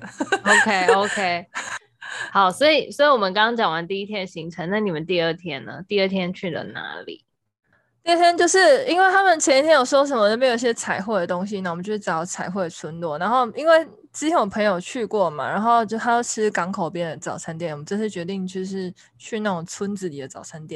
OK， 好，所以我们刚刚讲完第一天行程，那你们第二天呢？第二天去了哪里？ 第二天就是因为他们前一天有说什么那边有些彩绘的东西，那我们就去找彩绘村落。然后因为之前有朋友去过嘛，然后他要吃港口边的早餐店，我们这次决定就是去那种村子里的早餐店。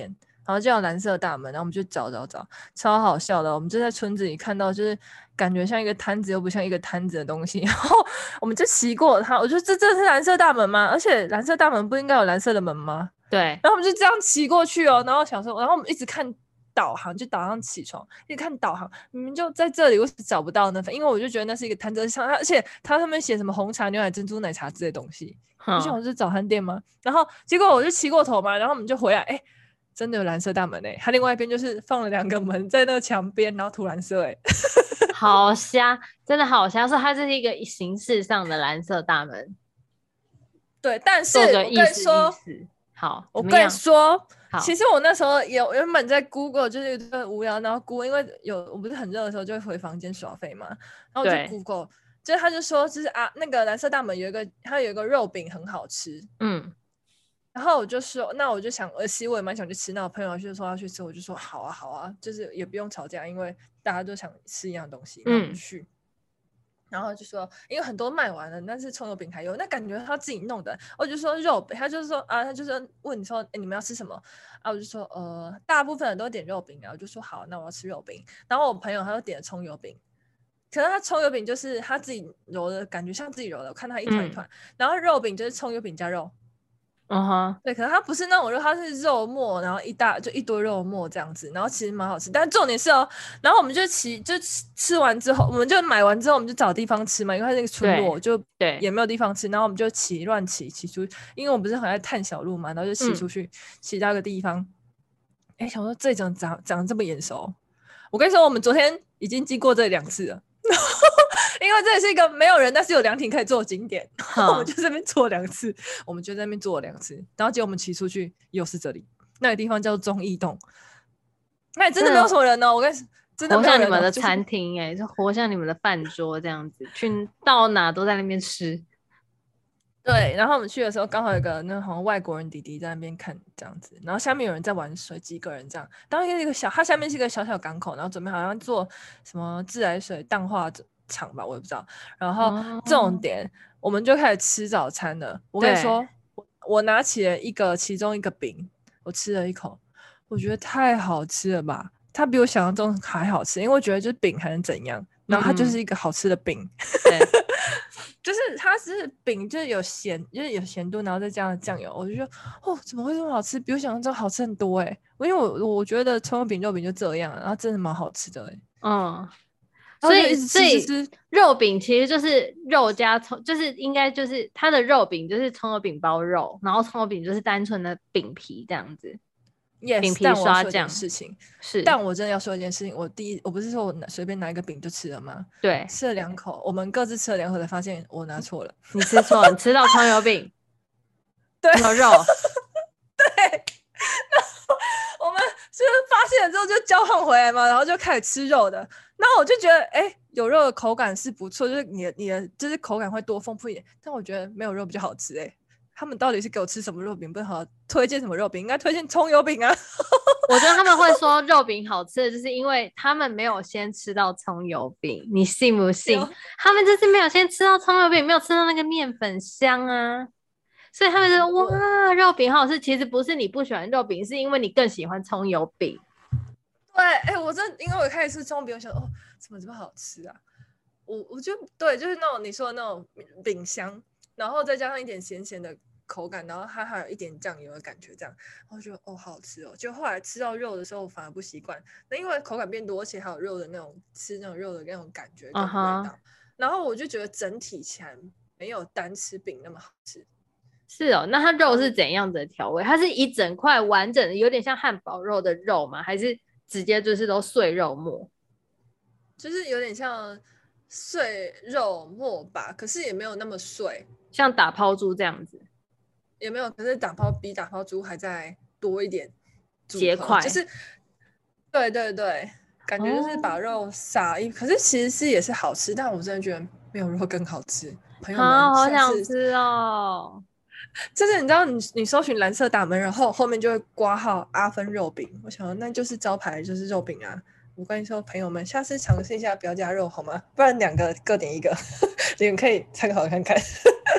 然后就有蓝色大门，然后我们就找，超好笑的。我们就在村子里看到，就是感觉像一个摊子又不像一个摊子的东西，然后我们就骑过它，我觉得这是蓝色大门吗？而且蓝色大门不应该有蓝色的门吗？ 对， 然后我们就这样骑过去哦，然后想说，然后我们一直看导航，就早上起床一直看导航，明明就在这里，为什么找不到呢？因为我就觉得那是一个摊子上，而且它上面写什么红茶、牛奶、珍珠奶茶之类的东西，我想我是早餐店吗？然后结果我就骑过头嘛，然后我们就回来，哎，真的有蓝色大门它另外一边就是放了2个门在那个墙边，然后涂蓝色好瞎，真的好瞎，说它这是一个形式上的蓝色大门。 对，但是我跟你说， 好， 我跟你说， 好， 其实我那时候原本在 Google 就是无聊，然后 Google 因为我不是很热的时候就会回房间耍废嘛，然后我就 Google， 就是他就说就是那个蓝色大门它有一个肉饼很好吃，然后我就说那我就想其实我也蛮想去吃，那我朋友就说要去吃，我就说好啊，就是也不用吵架，因为大家都想吃一样东西，那我们去。然后就说因为很多卖完了，但是葱油饼还有，那感觉他自己弄的。我就说肉饼，他就是说他就是问你说你们要吃什么我就说大部分人都点肉饼我就说好，那我要吃肉饼。然后我朋友他就点了葱油饼，可能他葱油饼就是他自己揉的感觉像自己揉的，我看他一团一团，然后肉饼就是葱油饼加肉。对，可是它不是那种肉，它是肉末，然后一堆肉末这样子，然后其实蛮好吃。但重点是然后我们就吃完之后，我们就买完之后，我们就找地方吃嘛，因为它那个村落就也没有地方吃，然后我们就乱骑出去，因为我们不是很爱探小路嘛，然后就骑出去，骑到一个地方，想说这长得这么眼熟，我跟你说，我们昨天已经经过这2次了。因为这也是一个没有人但是有凉亭可以坐的景点，我们就在那边坐2次，然后结果我们骑出去又是这里，那个地方叫做忠义洞，那里真的没有什么人我跟真的没有人活像你们的餐厅就活像你们的饭桌这样子，去到哪都在那边吃。 对，然后我们去的时候刚好有个那好像外国人弟弟在那边看这样子，然后下面有人在玩水，几个人这样，当然它下面是一个小小港口，然后准备好像做什么自来水淡化厂吧，我也不知道。然后重点我们就开始吃早餐了。我跟你说，我拿起了其中一个饼，我吃了一口，我觉得太好吃了吧，它比我想象中还好吃，因为我觉得就是饼还能怎样，然后它就是一个好吃的饼。就是它是饼，就是有咸度，然后再加上酱油，我就觉得怎么会这么好吃，比我想象中好吃很多因为我觉得葱油饼肉饼就这样，然后真的蛮好吃的所以肉饼其实就是肉加葱，就是应该就是它的肉饼就是葱油饼包肉，然后葱油饼就是单纯的饼皮这样子。饼皮刷酱事情是， 但我真的要说一件事情，我不是说我随便拿一个饼就吃了吗？ 对， 吃了2口，我们各自吃了2口才发现我拿错了。 你吃错了，你吃到葱油饼， 对， 有肉。 对，然后我们就是发现了之后就交换回来嘛，然后就开始吃肉的。然后我就觉得有肉的口感是不错，就是你的就是口感会多丰富一点，但我觉得没有肉比较好吃他们到底是给我吃什么肉饼？不好推荐什么肉饼，应该推荐葱油饼啊。 我觉得他们会说肉饼好吃的，就是因为他们没有先吃到葱油饼，你信不信？他们就是没有先吃到葱油饼，没有吃到那个面粉香啊，所以他们就说哇，肉饼好吃。其实不是你不喜欢肉饼，是因为你更喜欢葱油饼。 对，我真的因为我开始吃葱油饼，我想怎么这么好吃啊？我就对，就是那种你说的那种饼香，然后再加上一点咸咸的口感，然后它还有一点酱油的感觉，这样，然后觉得好好吃就后来吃到肉的时候，我反而不习惯。那因为口感变多，而且还有肉的那种吃那种肉的那种感觉跟味道，然后我就觉得整体起来没有单吃饼那么好吃。 是那它肉是怎样的调味？它是一整块完整的，有点像汉堡肉的肉吗？还是直接就是都碎肉末？ 就是有点像碎肉末吧，可是也没有那么碎， 像打抛猪这样子。 也没有，可是比打抛猪还再多一点结块， 就是对，感觉就是把肉撒可是其实也是好吃，但我真的觉得没有肉更好吃。朋友们， 好想吃就是你知道你搜寻蓝色大门，然后后面就会挂号阿芬肉饼，我想那就是招牌就是肉饼啊。我跟你说，朋友们，下次尝试一下不要加肉好吗？不然2个各点1个，你们可以参考看看。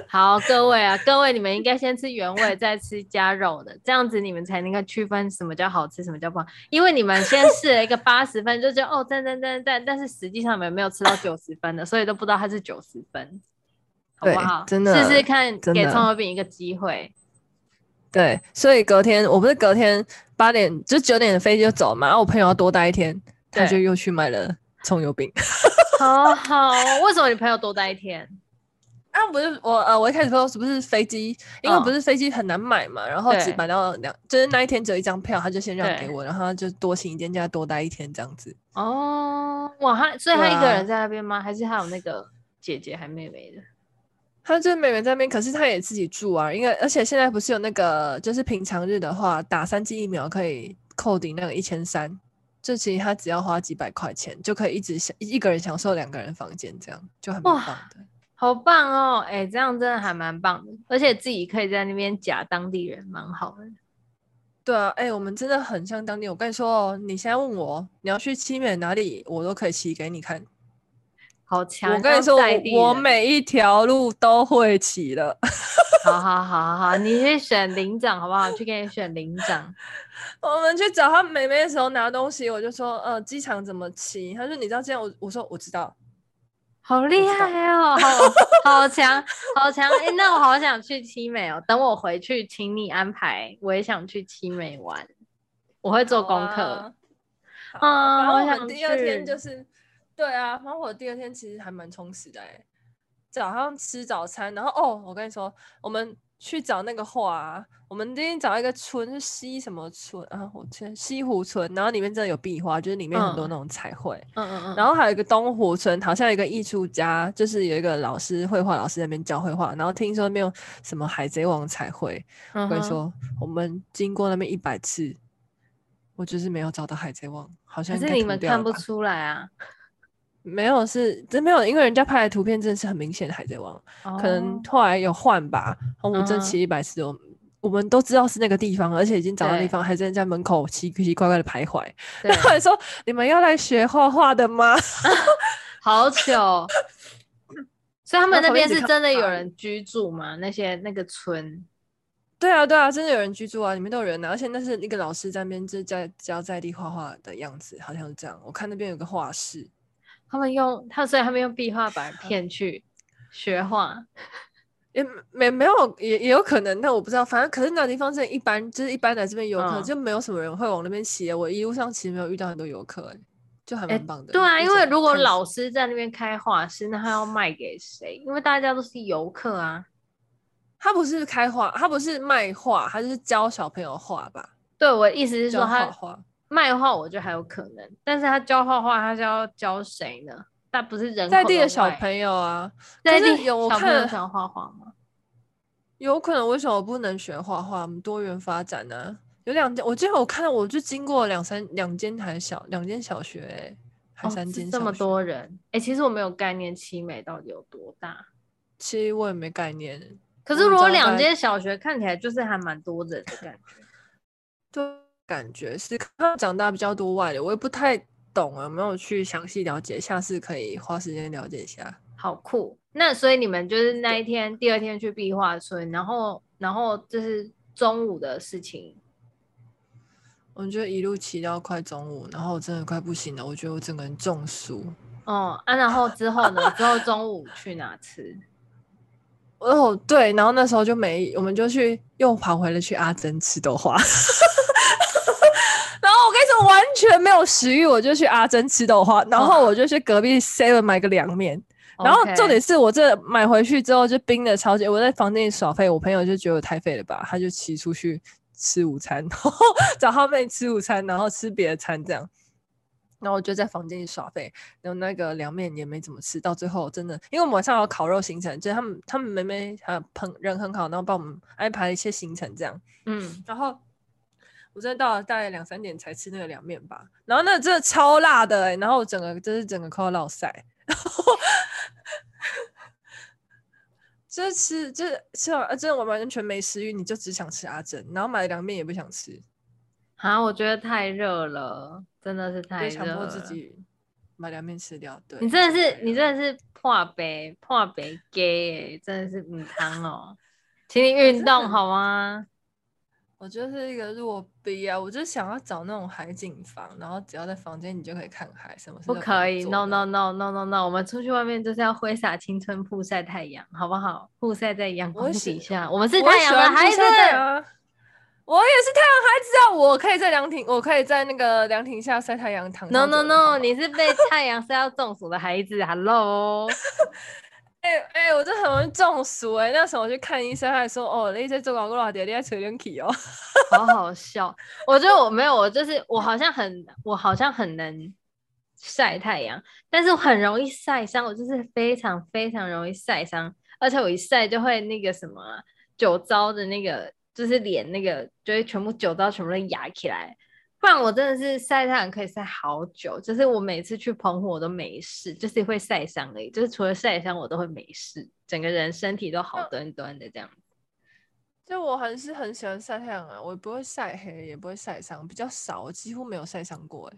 好，各位，你们应该先吃原味，再吃加肉的，这样子你们才能够区分什么叫好吃，什么叫不好。因为你们先试了一个80分，就觉得哦赞赞赞赞，但是实际上你们没有吃到90分的，所以都不知道它是90分，好不对， 好？ 真试试的看，给葱油饼一个机会。 对，所以隔天我不是隔天8点就9点的飞机就走嘛，然后我朋友要多待一天，他就又去买了葱油饼。 好好，为什么你朋友多待一天？ 啊，不是我一开始说是不是飞机，因为不是飞机很难买嘛，然后只买到就是那一天只有一张票，他就先让给我，然后他就多请一天假多待一天这样子。 哦，哇，所以他一个人在那边吗？还是他有那个姐姐还妹妹的？ 他就是妹妹在那边，可是他也自己住啊，因为而且现在不是有那个，就是平常日的话，打3剂疫苗可以扣抵那个1300，就其实他只要花几百块钱就可以一个人享受2个人房间，这样就还蛮棒的。 好棒哦！哎，这样真的还蛮棒的，而且自己可以在那边假当地人，蛮好的。 对啊，哎，我们真的很像当地人。我跟你说哦，你现在问我你要去七美哪里，我都可以骑给你看。 好强！ 我跟你说，我每一条路都会骑了。 好，你去选领长好不好？去给你选领长。 我们去找他妹妹的时候拿东西，我就说，机场怎么骑？他说你知道这样，我说我知道。 好厉害哦，好强，好强！哎，那我好想去七美哦。等我回去，请你安排，我也想去七美玩。我会做功课。 反正我们第二天就是，对啊，反正我第二天其实还蛮充实的哎。早上吃早餐，然后我跟你说，我们去找那个画，我们今天找一个村是西什么村啊？我天，西湖村，然后里面真的有壁画，就是里面很多那种彩绘。然后还有一个东湖村，好像有一个艺术家，就是有一个老师，绘画老师在那边教绘画，然后听说那边有什么海贼王彩绘。我跟你说，我们经过那边100次，我就是没有找到海贼王，好像应该可是你们看不出来啊。 没有，真没有，因为人家拍的图片真的是很明显的海贼王，可能后来有换吧。然后我真骑100次，我们都知道是那个地方，而且已经找到地方，还在门口奇奇怪怪的徘徊。然后还说你们要来学画画的吗？ 好糗！所以他们那边是真的有人居住吗？那个村？ 对啊，真的有人居住啊，里面都有人啊，而且那是一个老师在那边教在地画画的样子，好像是这样。我看那边有个画室。 所以他们用壁画把骗去学画， 也没有也有可能，但我不知道。反正可是那地方是一般，就是一般来这边游客就没有什么人会往那边骑。我一路上其实没有遇到很多游客，就还蛮棒的。 对啊，因为如果老师在那边开画室，那他要卖给谁？因为大家都是游客啊。 他不是开画，他不是卖画，他就是教小朋友画吧？ 对，我的意思是说他画卖画，我觉得还有可能，但是他教画画，他是要教谁呢？但不是人口在地的小朋友啊， 在地有小朋友想画画吗？ 有可能，为什么不能学画画？我们多元发展呢？有2间，我记得我看我就经过两间小学，还3间小学， 这么多人。其实我没有概念七美到底有多大， 其实我也没概念。 可是如果2间小学看起来就是还蛮多人的感觉， 就感觉是他长大比较多外的，我也不太懂啊，没有去详细了解，下次可以花时间了解一下。 好酷！那所以你们就是那一天第2天去壁画村，然后这是中午的事情。 我觉得一路骑到快中午，然后我真的快不行了，我觉得我整个人中暑。 然后之后呢？之后中午去哪吃？ 对，然后那时候我们就又跑回了去阿珍吃豆花。然后我跟你说完全没有食欲，我就去阿珍吃豆花，然后我就去隔壁 7 买个凉面。然后重点是我这买回去之后就冰的超级，我在房间里耍废，我朋友就觉得我太废了吧，他就骑出去吃午餐，然后找他妹吃午餐，然后吃别的餐这样。然后我就在房间里耍废，然后那个凉面也没怎么吃，到最后真的，因为我们晚上有烤肉行程，就是他们妹妹人很好，然后帮我们安排一些行程这样。然后我真的到了大概2、3点才吃那个凉面吧，然后那真的超辣的然后我整个快要落腮，然后就是吃完真的我完全没食欲，你就只想吃阿珍，然后买凉面也不想吃。 我觉得太热了，真的是太热了。 强迫自己把凉面吃掉。对， 你真的是破北 gay 真的是母汤哦，请你运动好吗？ 我就是一个弱逼啊！我就想要找那种海景房，然后只要在房间你就可以看海，什么事都不可以，no 做的。 no no no no no，我们出去外面就是要挥洒青春，曝晒太阳，好不好？曝晒在阳光底下，我们是太阳的孩子。 我也是太阳孩子啊！我可以在凉亭，我可以在那个凉亭下晒太阳，躺 No 超 no 久的。 no，你是被太阳晒到中暑的孩子，Hello。 我这很容易中暑那时候我去看医生，他还说哦，你这做广告你在吹冷气哦， 好好笑。我觉得我没有，我好像很能晒太阳，但是我很容易晒伤，我就是非常非常容易晒伤，而且我一晒就会那个什么酒糟的那个，就是脸那个就会全部酒糟全部都压起来。不然我真的是晒太阳可以晒好久，就是我每次去澎湖我都没事，就是会晒伤而已，就是除了晒伤我都会没事，整个人身体都好端端的这样。 就我还是很喜欢晒太阳啊，我不会晒黑，也不会晒伤，比较少，我几乎没有晒伤过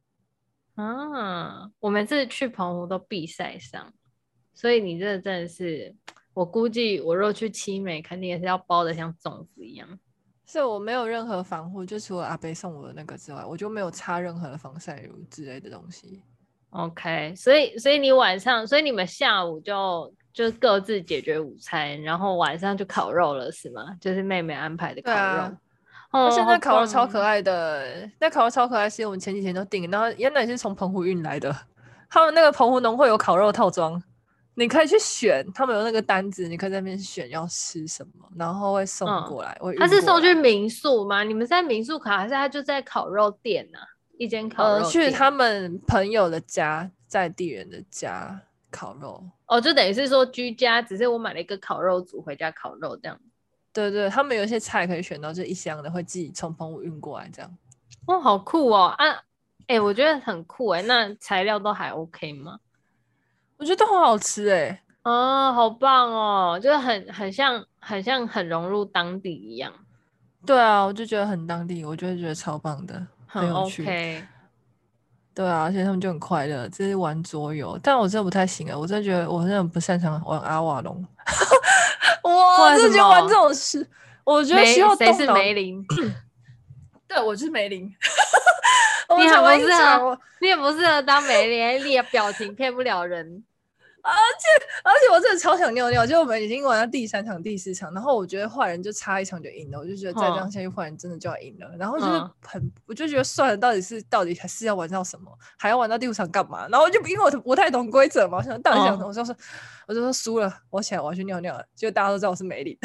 我每次去澎湖都必晒伤，所以你这真的是，我估计我若去七美，肯定也是要包的像粽子一样。 所以我没有任何防护，就除了阿北送我的那个之外，我就没有擦任何的防晒乳之类的东西。 OK，所以你晚上，所以你们下午就各自解决午餐，然后晚上就烤肉了是吗？就是妹妹安排的烤肉。 对啊，而且哦，好那烤肉超棒可爱的，那烤肉超可爱，是我们前几天都订，然后原来是从澎湖运来的。他们那个澎湖农会有烤肉套装，你可以去选，他们有那个单子，你可以在那边选要吃什么，然后会送过来。 他是送去民宿吗？你们在民宿烤，还是他就在烤肉店呢？一间烤肉店。 去他们朋友的家，在地人的家烤肉。 哦，就等于是说居家，只是我买了一个烤肉组回家烤肉这样。 对对，他们有一些菜可以选到，就一箱的会自己从澎湖运过来这样。 哦，好酷哦啊！我觉得很酷那材料都还 OK 吗？ 我觉得都很好吃哦，好棒哦，就是很像很融入当地一样。 对啊，我就觉得很当地，我就会觉得超棒的，很有趣。 OK。 对啊，而且他们就很快乐，这是玩桌游，但我真的不太行我真的觉得我真的不擅长玩阿瓦隆。我真的觉得玩这种事，我觉得需要动脑。 谁是梅林？ 对，我就是梅林。 你很不适合，你也不适合当梅林，你的表情骗不了人。 而且我真的超想尿尿，就我们已经玩到第3场、第4场，然后我觉得坏人就差1场就赢了，我就觉得再这样下去，坏人真的就要赢了。然后就是我就觉得算了，到底还是要玩到什么，还要玩到第5场干嘛？然后就因为我不太懂规则嘛，我想到底想什么，我就说输了，我起来我要去尿尿了，结果大家都知道我是梅林。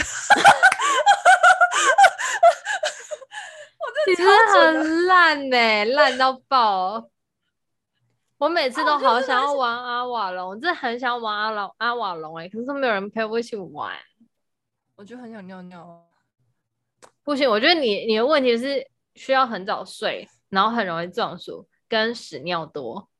你真的很烂烂到爆。我每次都好想要玩阿瓦隆，我真的很想玩阿瓦隆可是都没有人陪我一起玩。 我就很想尿尿。 不行，我觉得你的问题是需要很早睡，然后很容易中暑，跟屎尿多。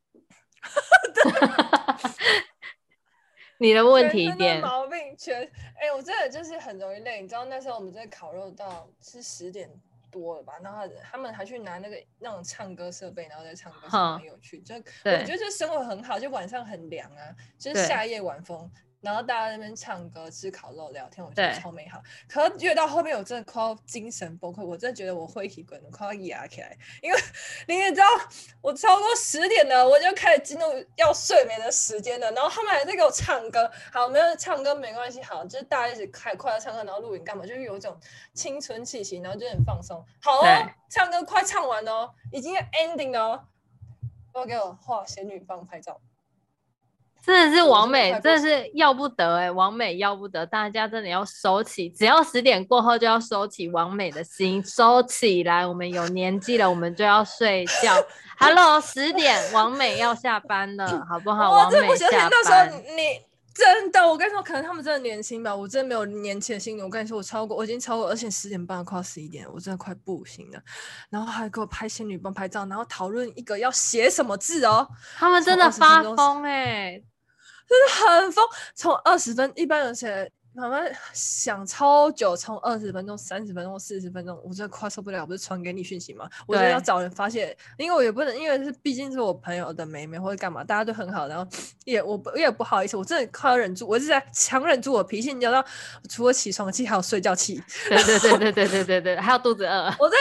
你的问题点毛病我真的就是很容易累。你知道那时候我们在烤肉到是10点多了吧，然后他们还去拿那种唱歌设备，然后在唱歌，很有趣。就我觉得这生活很好，就晚上很凉啊，就是夏夜晚风，然后大家在那边唱歌、吃烤肉、聊天，我觉得超美好。可是越到后面，我真的快要精神崩溃，我真的觉得我会体滚，快要压起来。因为你也知道，我超过10点了，我就开始进入要睡眠的时间了。然后他们还在给我唱歌，好，没有唱歌没关系，好，就是大家一起快乐唱歌，然后录影干嘛，就是有一种青春气息，然后就很放松。好唱歌快唱完了已经 ending 了要给我画仙女棒拍照。 真的是王美，真的是要不得王美要不得，大家真的要收起，只要10点过后就要收起王美的心，收起来。我们有年纪了，我们就要睡觉。Hello， 10点，王美要下班了，好不好？王美下班。 那时候你真的，我跟你说，可能他们真的年轻吧，我真的没有年轻的心理。我跟你说，我已经超过，而且10点半快要11点，我真的快不行了。然后还给我拍仙女棒拍照，然后讨论一个要写什么字他们真的发疯真的很疯。从20分，一般人写慢慢想超久，从20分钟、30分钟、40分钟，我真的快受不了。不是传给你讯息吗？我真的要找人发泄，因为我也不能，因为毕竟是我朋友的妹妹或者干嘛，大家都很好，然后我也不好意思，我真的快要忍住，我是在强忍住我脾气，你知道，除了起床气还有睡觉气。 对，还有肚子饿。 我在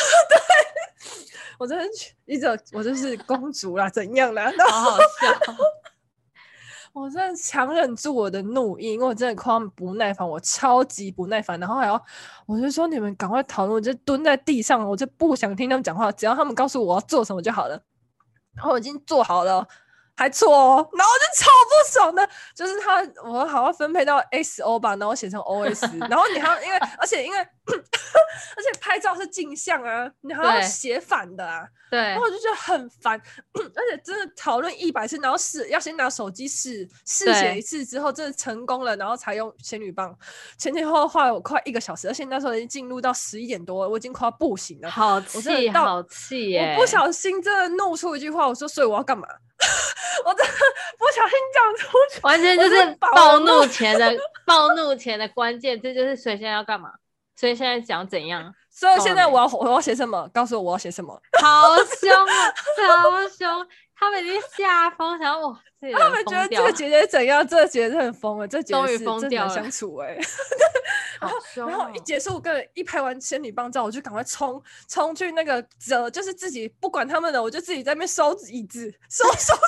我真的一直我就是公主啦，怎样啦？ 好好笑。 我真的强忍住我的怒意，因为我真的快要不耐烦，我超级不耐烦，然后我就说你们赶快讨论，我就蹲在地上，我就不想听他们讲话，只要他们告诉我要做什么就好了。然后我已经做好了，还错哦，然后我就超不爽的，就是我好像分配到 XO 吧，然后写成 OS， 然后你还要而且拍照是镜像啊，你还要写反的啊， 对， 然后我就觉得很烦，而且真的讨论100次，然后要先拿手机试写一次之后，真的成功了，然后才用仙女棒，前后花了我快1个小时，而且那时候已经进入到11点多了，我已经快要不行了， 好气好气耶！ 我不小心真的怒出一句话，我说所以我要干嘛？我真的不小心讲出去， 完全就是暴怒前的关键，这就是所以现在要干嘛？所以现在讲怎样？ 所以现在我要写什么？告诉我要写什么？ 好凶啊，超凶！他们已经吓疯，想哇， 他们觉得这个姐姐怎样？这个姐姐很疯了，这姐姐终于疯掉了， 相处哎。然后一结束，一拍完仙女棒照，我就赶快冲去那个就是自己不管他们的，我就自己在那边收椅子，收，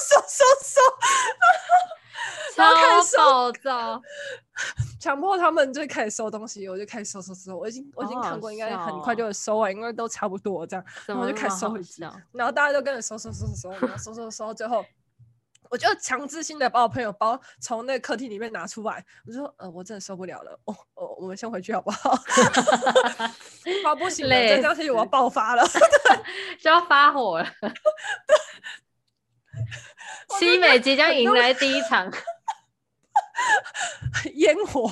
然后开始暴躁， 强迫他们就开始收东西，我就开始收，我已经看过，应该很快就会收完，因为都差不多这样，然后我就开始收椅子，然后大家都跟着收，然后收到最后。我就强制性的把我朋友包从那个客厅里面拿出来，我就说我真的受不了了，我们先回去好不好？不行了，再这样下去我要爆发了， 就要发火了。西美即将迎来第一场烟火，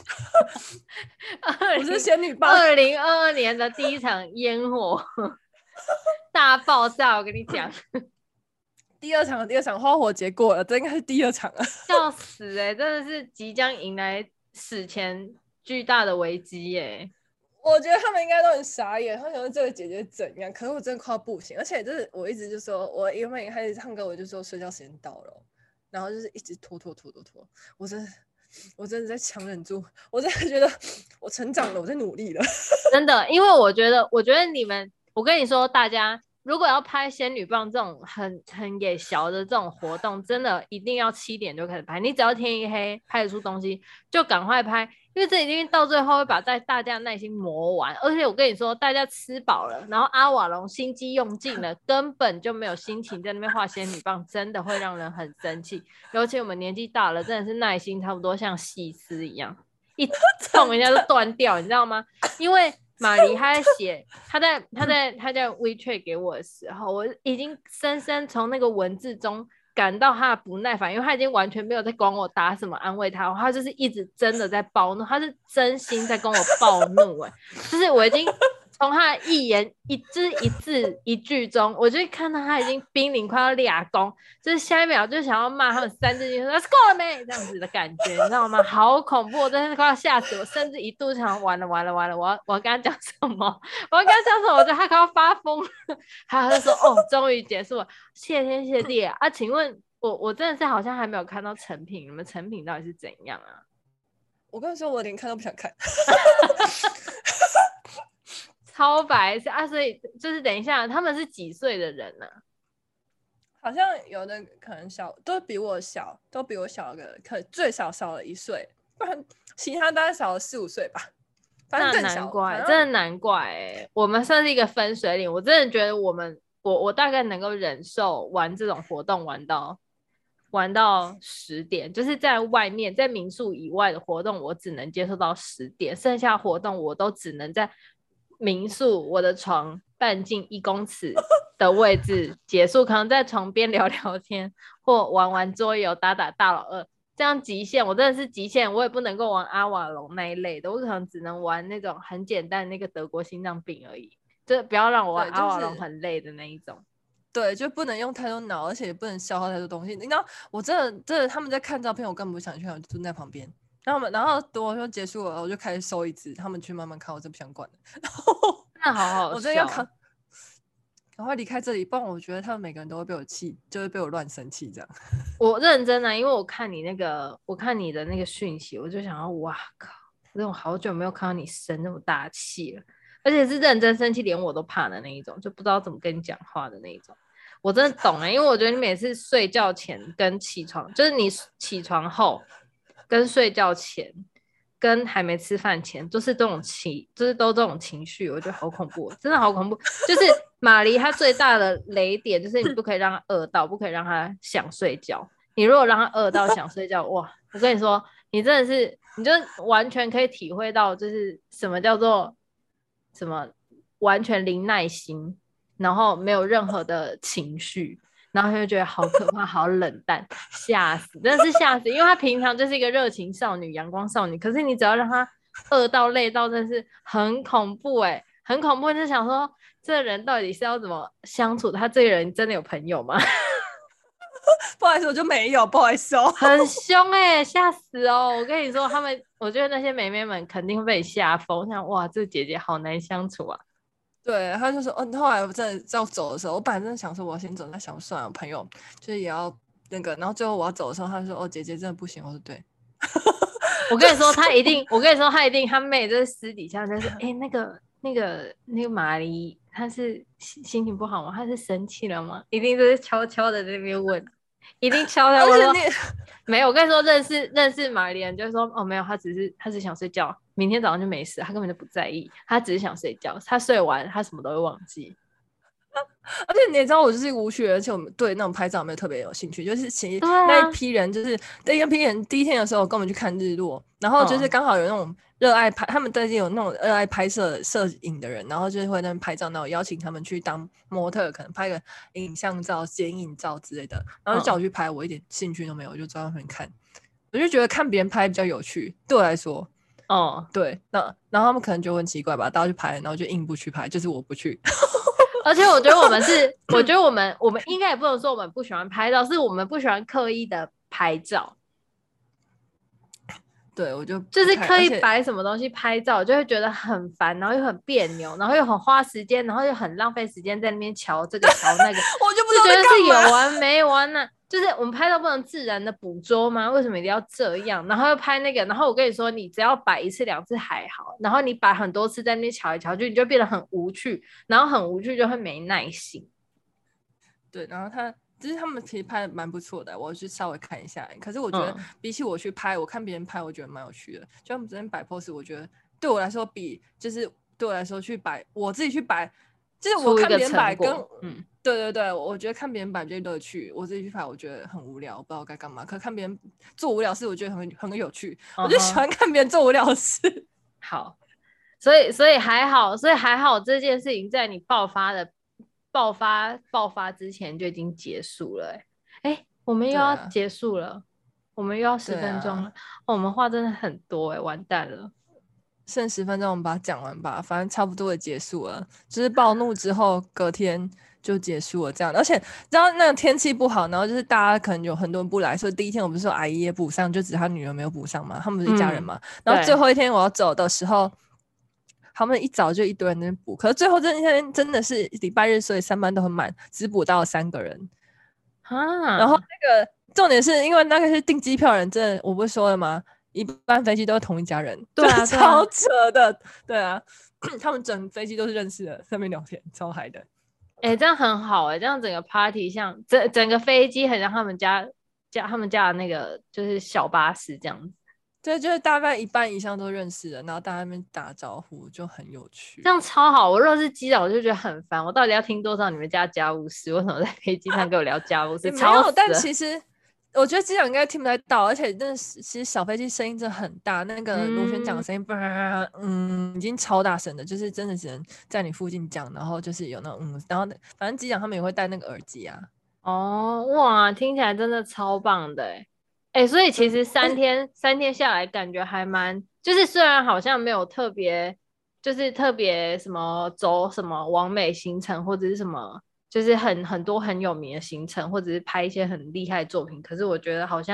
不是仙女棒 ，2022年的第一场烟火大爆炸，我跟你讲。 第二场花火节过了，这应该是第2场了。 笑死真的是即将迎来史前巨大的危机耶！ 我觉得他们应该都很傻眼，他想说这个姐姐怎样？可是我真的快要不行，而且就是我一直就说，我因为开始唱歌，我就说睡觉时间到了，然后就是一直拖，我真的在强忍住，我真的觉得我成长了，我在努力了， 真的，因为我觉得你们，我跟你说，大家。如果要拍仙女棒这种很野小的这种活动，真的一定要7点就开始拍。你只要天一黑拍得出东西，就赶快拍，因为这一定到最后会把大家的耐心磨完。而且我跟你说，大家吃饱了，然后阿瓦隆心机用尽了，根本就没有心情在那边画仙女棒，真的会让人很生气。尤其我们年纪大了，真的是耐心差不多像细丝一样，一动人家就断掉，你知道吗？因为马黎他在写，他在 WeChat 给我的时候，我已经深深从那个文字中感到他的不耐烦，因为他已经完全没有在管我打什么安慰他，他就是一直真的在暴怒，他是真心在跟我暴怒就是我已经从他的一言一字一句中，我就看到他已经濒临快要俩公，就是下一秒就想要骂他们3字经说够了没这样子的感觉，你知道吗？好恐怖，真的是快要吓死我，甚至一度想完了，我要跟他讲什么？我要跟他讲什么？我觉得他快要发疯了。他就说终于结束了，谢天谢地啊！请问我真的是好像还没有看到成品，你们成品到底是怎样啊？ 我跟你说，我连看都不想看。 超白痴啊！所以就是等一下，他们是几岁的人呢？ 好像有的可能都比我小可最少了1岁，不然其他大概少了4、5岁吧。反正更小， 难怪，真的难怪我们算是一个分水岭。我真的觉得我大概能够忍受玩这种活动玩到10点，就是在外面在民宿以外的活动，我只能接受到10点，剩下活动我都只能在民宿我的床半径1公尺的位置结束，可能在床边聊聊天或玩桌游打大老二，这样极限我真的是极限，我也不能够玩阿瓦隆那一类的，我可能只能玩那种很简单的那个德国心脏病而已，就不要让我玩阿瓦隆很累的那一种。 对，就不能用太多脑，而且也不能消耗太多东西。你知道，我真的他们在看照片，我根本不想去，我就蹲在旁边， 然后等我说结束了，我就开始收一只，他们去慢慢看，我真不想管了。然后那好好笑， 我真的要赶快离开这里，不然我觉得他们每个人都会被我气，就会被我乱生气这样。 我认真的，因为我看你的那个讯息，我就想要，哇靠，这种好久没有看到你生那么大气了，而且是认真生气，连我都怕的那一种，就不知道怎么跟你讲话的那一种。我真的懂因为我觉得你每次睡觉前跟起床，就是你起床后跟睡觉前跟还没吃饭前，就是这种就是都这种情绪，我觉得好恐怖，真的好恐怖。就是马黎她最大的雷点就是你不可以让她饿到，不可以让她想睡觉。你如果让她饿到想睡觉，哇，我跟你说，你真的是，你就完全可以体会到，就是什么叫做什么完全零耐心，然后没有任何的情绪。然后他就觉得好可怕，好冷淡，吓死，真的是吓死。因为他平常就是一个热情少女、阳光少女，可是你只要让他饿到累到，真的是很恐怖很恐怖。就想说，这个人到底是要怎么相处？他这个人真的有朋友吗？ 不好意思，我就没有，不好意思哦。 很凶吓死哦！我跟你说，我觉得那些妹妹们肯定会被你吓疯，想哇，这姐姐好难相处啊。 对，他就说，后来我真的要走的时候，我本来真的想说我要先走，但想算了，我朋友就是也要那个，然后最后我要走的时候，他就说，姐姐真的不行，我说对。 我跟你说，他一定，他妹就是私底下就是，那个玛丽，她是心情不好吗？她是生气了吗？一定就是悄悄的在那边问，一定悄悄问说，没有。我跟你说，认识玛丽人就是说，哦，没有，她只是想睡觉，明天早上就没事，她根本就不在意，她只是想睡觉，她睡完她什么都会忘记。 而且你也知道我就是一个无趣，而且我们对那种拍照没有特别有兴趣。就是其实那一批人，就是那一批人第一天的时候，我跟我们去看日落，然后就是刚好有那种热爱拍，他们最近有那种热爱拍摄摄影的人，然后就是会在那边拍照，然后邀请他们去当模特，可能拍个影像照、剪影照之类的，然后就叫我去拍，我一点兴趣都没有，我就在那边看，我就觉得看别人拍比较有趣，对我来说。对，然后他们可能就很奇怪吧，大家去拍，然后就硬不去拍，就是我不去。 而且我觉得我觉得我们应该也不能说我们不喜欢拍照，是我们不喜欢刻意的拍照。 对，我就是刻意摆什么东西拍照，就会觉得很烦，然后又很别扭，然后又很花时间，然后又很浪费时间在那边瞧这个瞧那个， 我就不知道觉得是有完没完呢、就是我们拍照不能自然的捕捉吗？为什么一定要这样？然后又拍那个，然后我跟你说，你只要摆一次两次还好，然后你摆很多次在那边瞧一瞧，你就变得很无趣，然后很无趣就会没耐心。 对，然后就是他们其实拍的蛮不错的，我去稍微看一下。可是我觉得比起我去拍，我看别人拍，我觉得蛮有趣的。就他们之前摆 pose，我觉得对我来说就是对我来说去摆，我自己去摆，就是我看别人摆跟对，我觉得看别人摆最乐趣，我自己去拍我觉得很无聊，我不知道该干嘛。可看别人做无聊事，我觉得很有趣，我就喜欢看别人做无聊事。 好，所以还好，这件事情在你爆发之前就已经结束了。我们又要结束了，我们又要10分钟了。我们话真的很多完蛋了。 剩10分钟，我们把它讲完吧，反正差不多也结束了。就是暴怒之后，隔天就结束了这样。而且，然后那个天气不好，然后就是大家可能有很多人不来，所以第一天我不是说阿姨也补上，就只是他女儿没有补上嘛，他们不是一家人嘛。然后最后一天我要走的时候，他们一早就一堆人在那边补，可是最后这一天真的是礼拜日，所以3班都很满，只补到了3个人。然后那个重点是因为那个是订机票人，真的我不是说了吗？一般飞机都是同一家人， 对啊， 超扯的，对啊，他们整飞机都是认识的，在那边聊天，超嗨的。 这样很好这样整个 party 像整个飞机很像他们家的那个就是小巴士这样子。 对，就是大概一半以上都认识的，然后大家在那边打招呼，就很有趣。 这样超好。我如果是机长，我就觉得很烦，我到底要听多少你们家家务事？为什么在飞机上跟我聊家务事？超死。 但其实我觉得机长应该听不太到，而且真的其实小飞机声音真的很大，那个螺旋桨的声音，已经超大声的，就是真的只能在你附近讲，然后就是有那种然后反正机长他们也会戴那个耳机啊。 哇，听起来真的超棒的所以其实3天下来，感觉还蛮，就是虽然好像没有特别，就是特别什么走什么完美行程，或者是什么，就是很多很有名的行程，或者是拍一些很厉害的作品，可是我觉得好像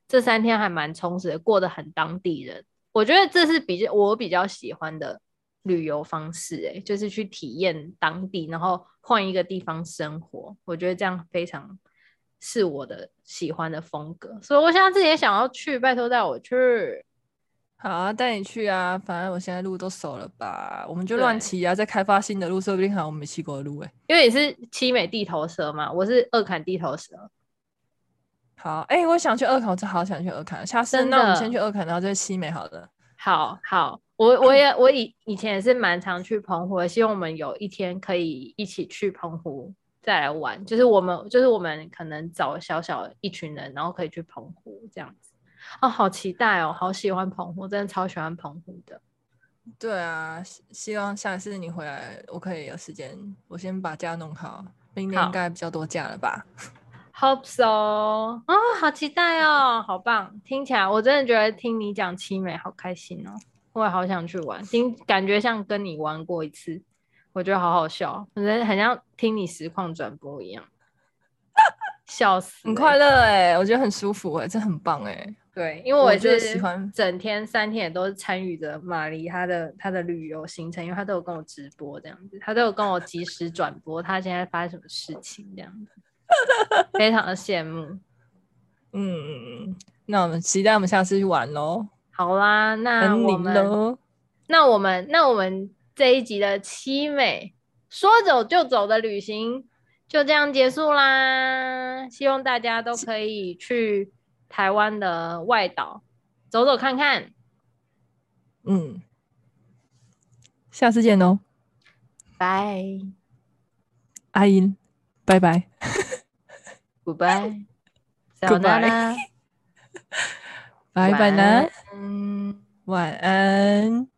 这3天还蛮充实的，过得很当地人。我觉得这是我比较喜欢的旅游方式，就是去体验当地，然后换一个地方生活。我觉得这样非常是我的喜欢的风格，所以我现在也想要去，拜托带我去。 好啊，带你去啊！反正我现在路都熟了吧，我们就乱对， 骑啊，再开发新的路，说不定还有我们没骑过的路因为你是七美地头蛇嘛，我是二坎地头蛇。 好，我想去二坎，我真好想去二坎。下次真那我们先去的二坎，然后再去七美好了。 好，我以前也是蛮常去澎湖的，希望我们有一天可以一起去澎湖再来玩，就是我们可能找小小一群人，然后可以去澎湖这样子。哦，好期待哦，好喜欢澎湖，真的超喜欢澎湖的。 对啊，希望下次你回来，我可以有时间，我先把假弄好，明年应好该比较多假了吧。 ，hope so。哦，好期待哦，好棒！听起来我真的觉得听你讲七美好开心哦，我也好想去玩，感觉像跟你玩过一次，我觉得好好笑，我觉得很像听你实况转播一样，笑死、 很快乐我觉得很舒服这很棒对，因为我我也是就喜欢。 整天3天也都是参与着马黎他的旅游行程，因为他都有跟我直播这样子，他都有跟我及时转播他现在发生什么事情这样子，非常的羡慕。 那我们期待我们下次去玩咯。 好啦， 等你咯。 那我们这一集的七美说走就走的旅行就这样结束啦。希望大家都可以去台湾的外岛走走看看。 下次见咯。 拜， 阿英，拜拜。 Goodbye，さよな Goodbye， ら， 拜拜呢， 晚安。 晚安。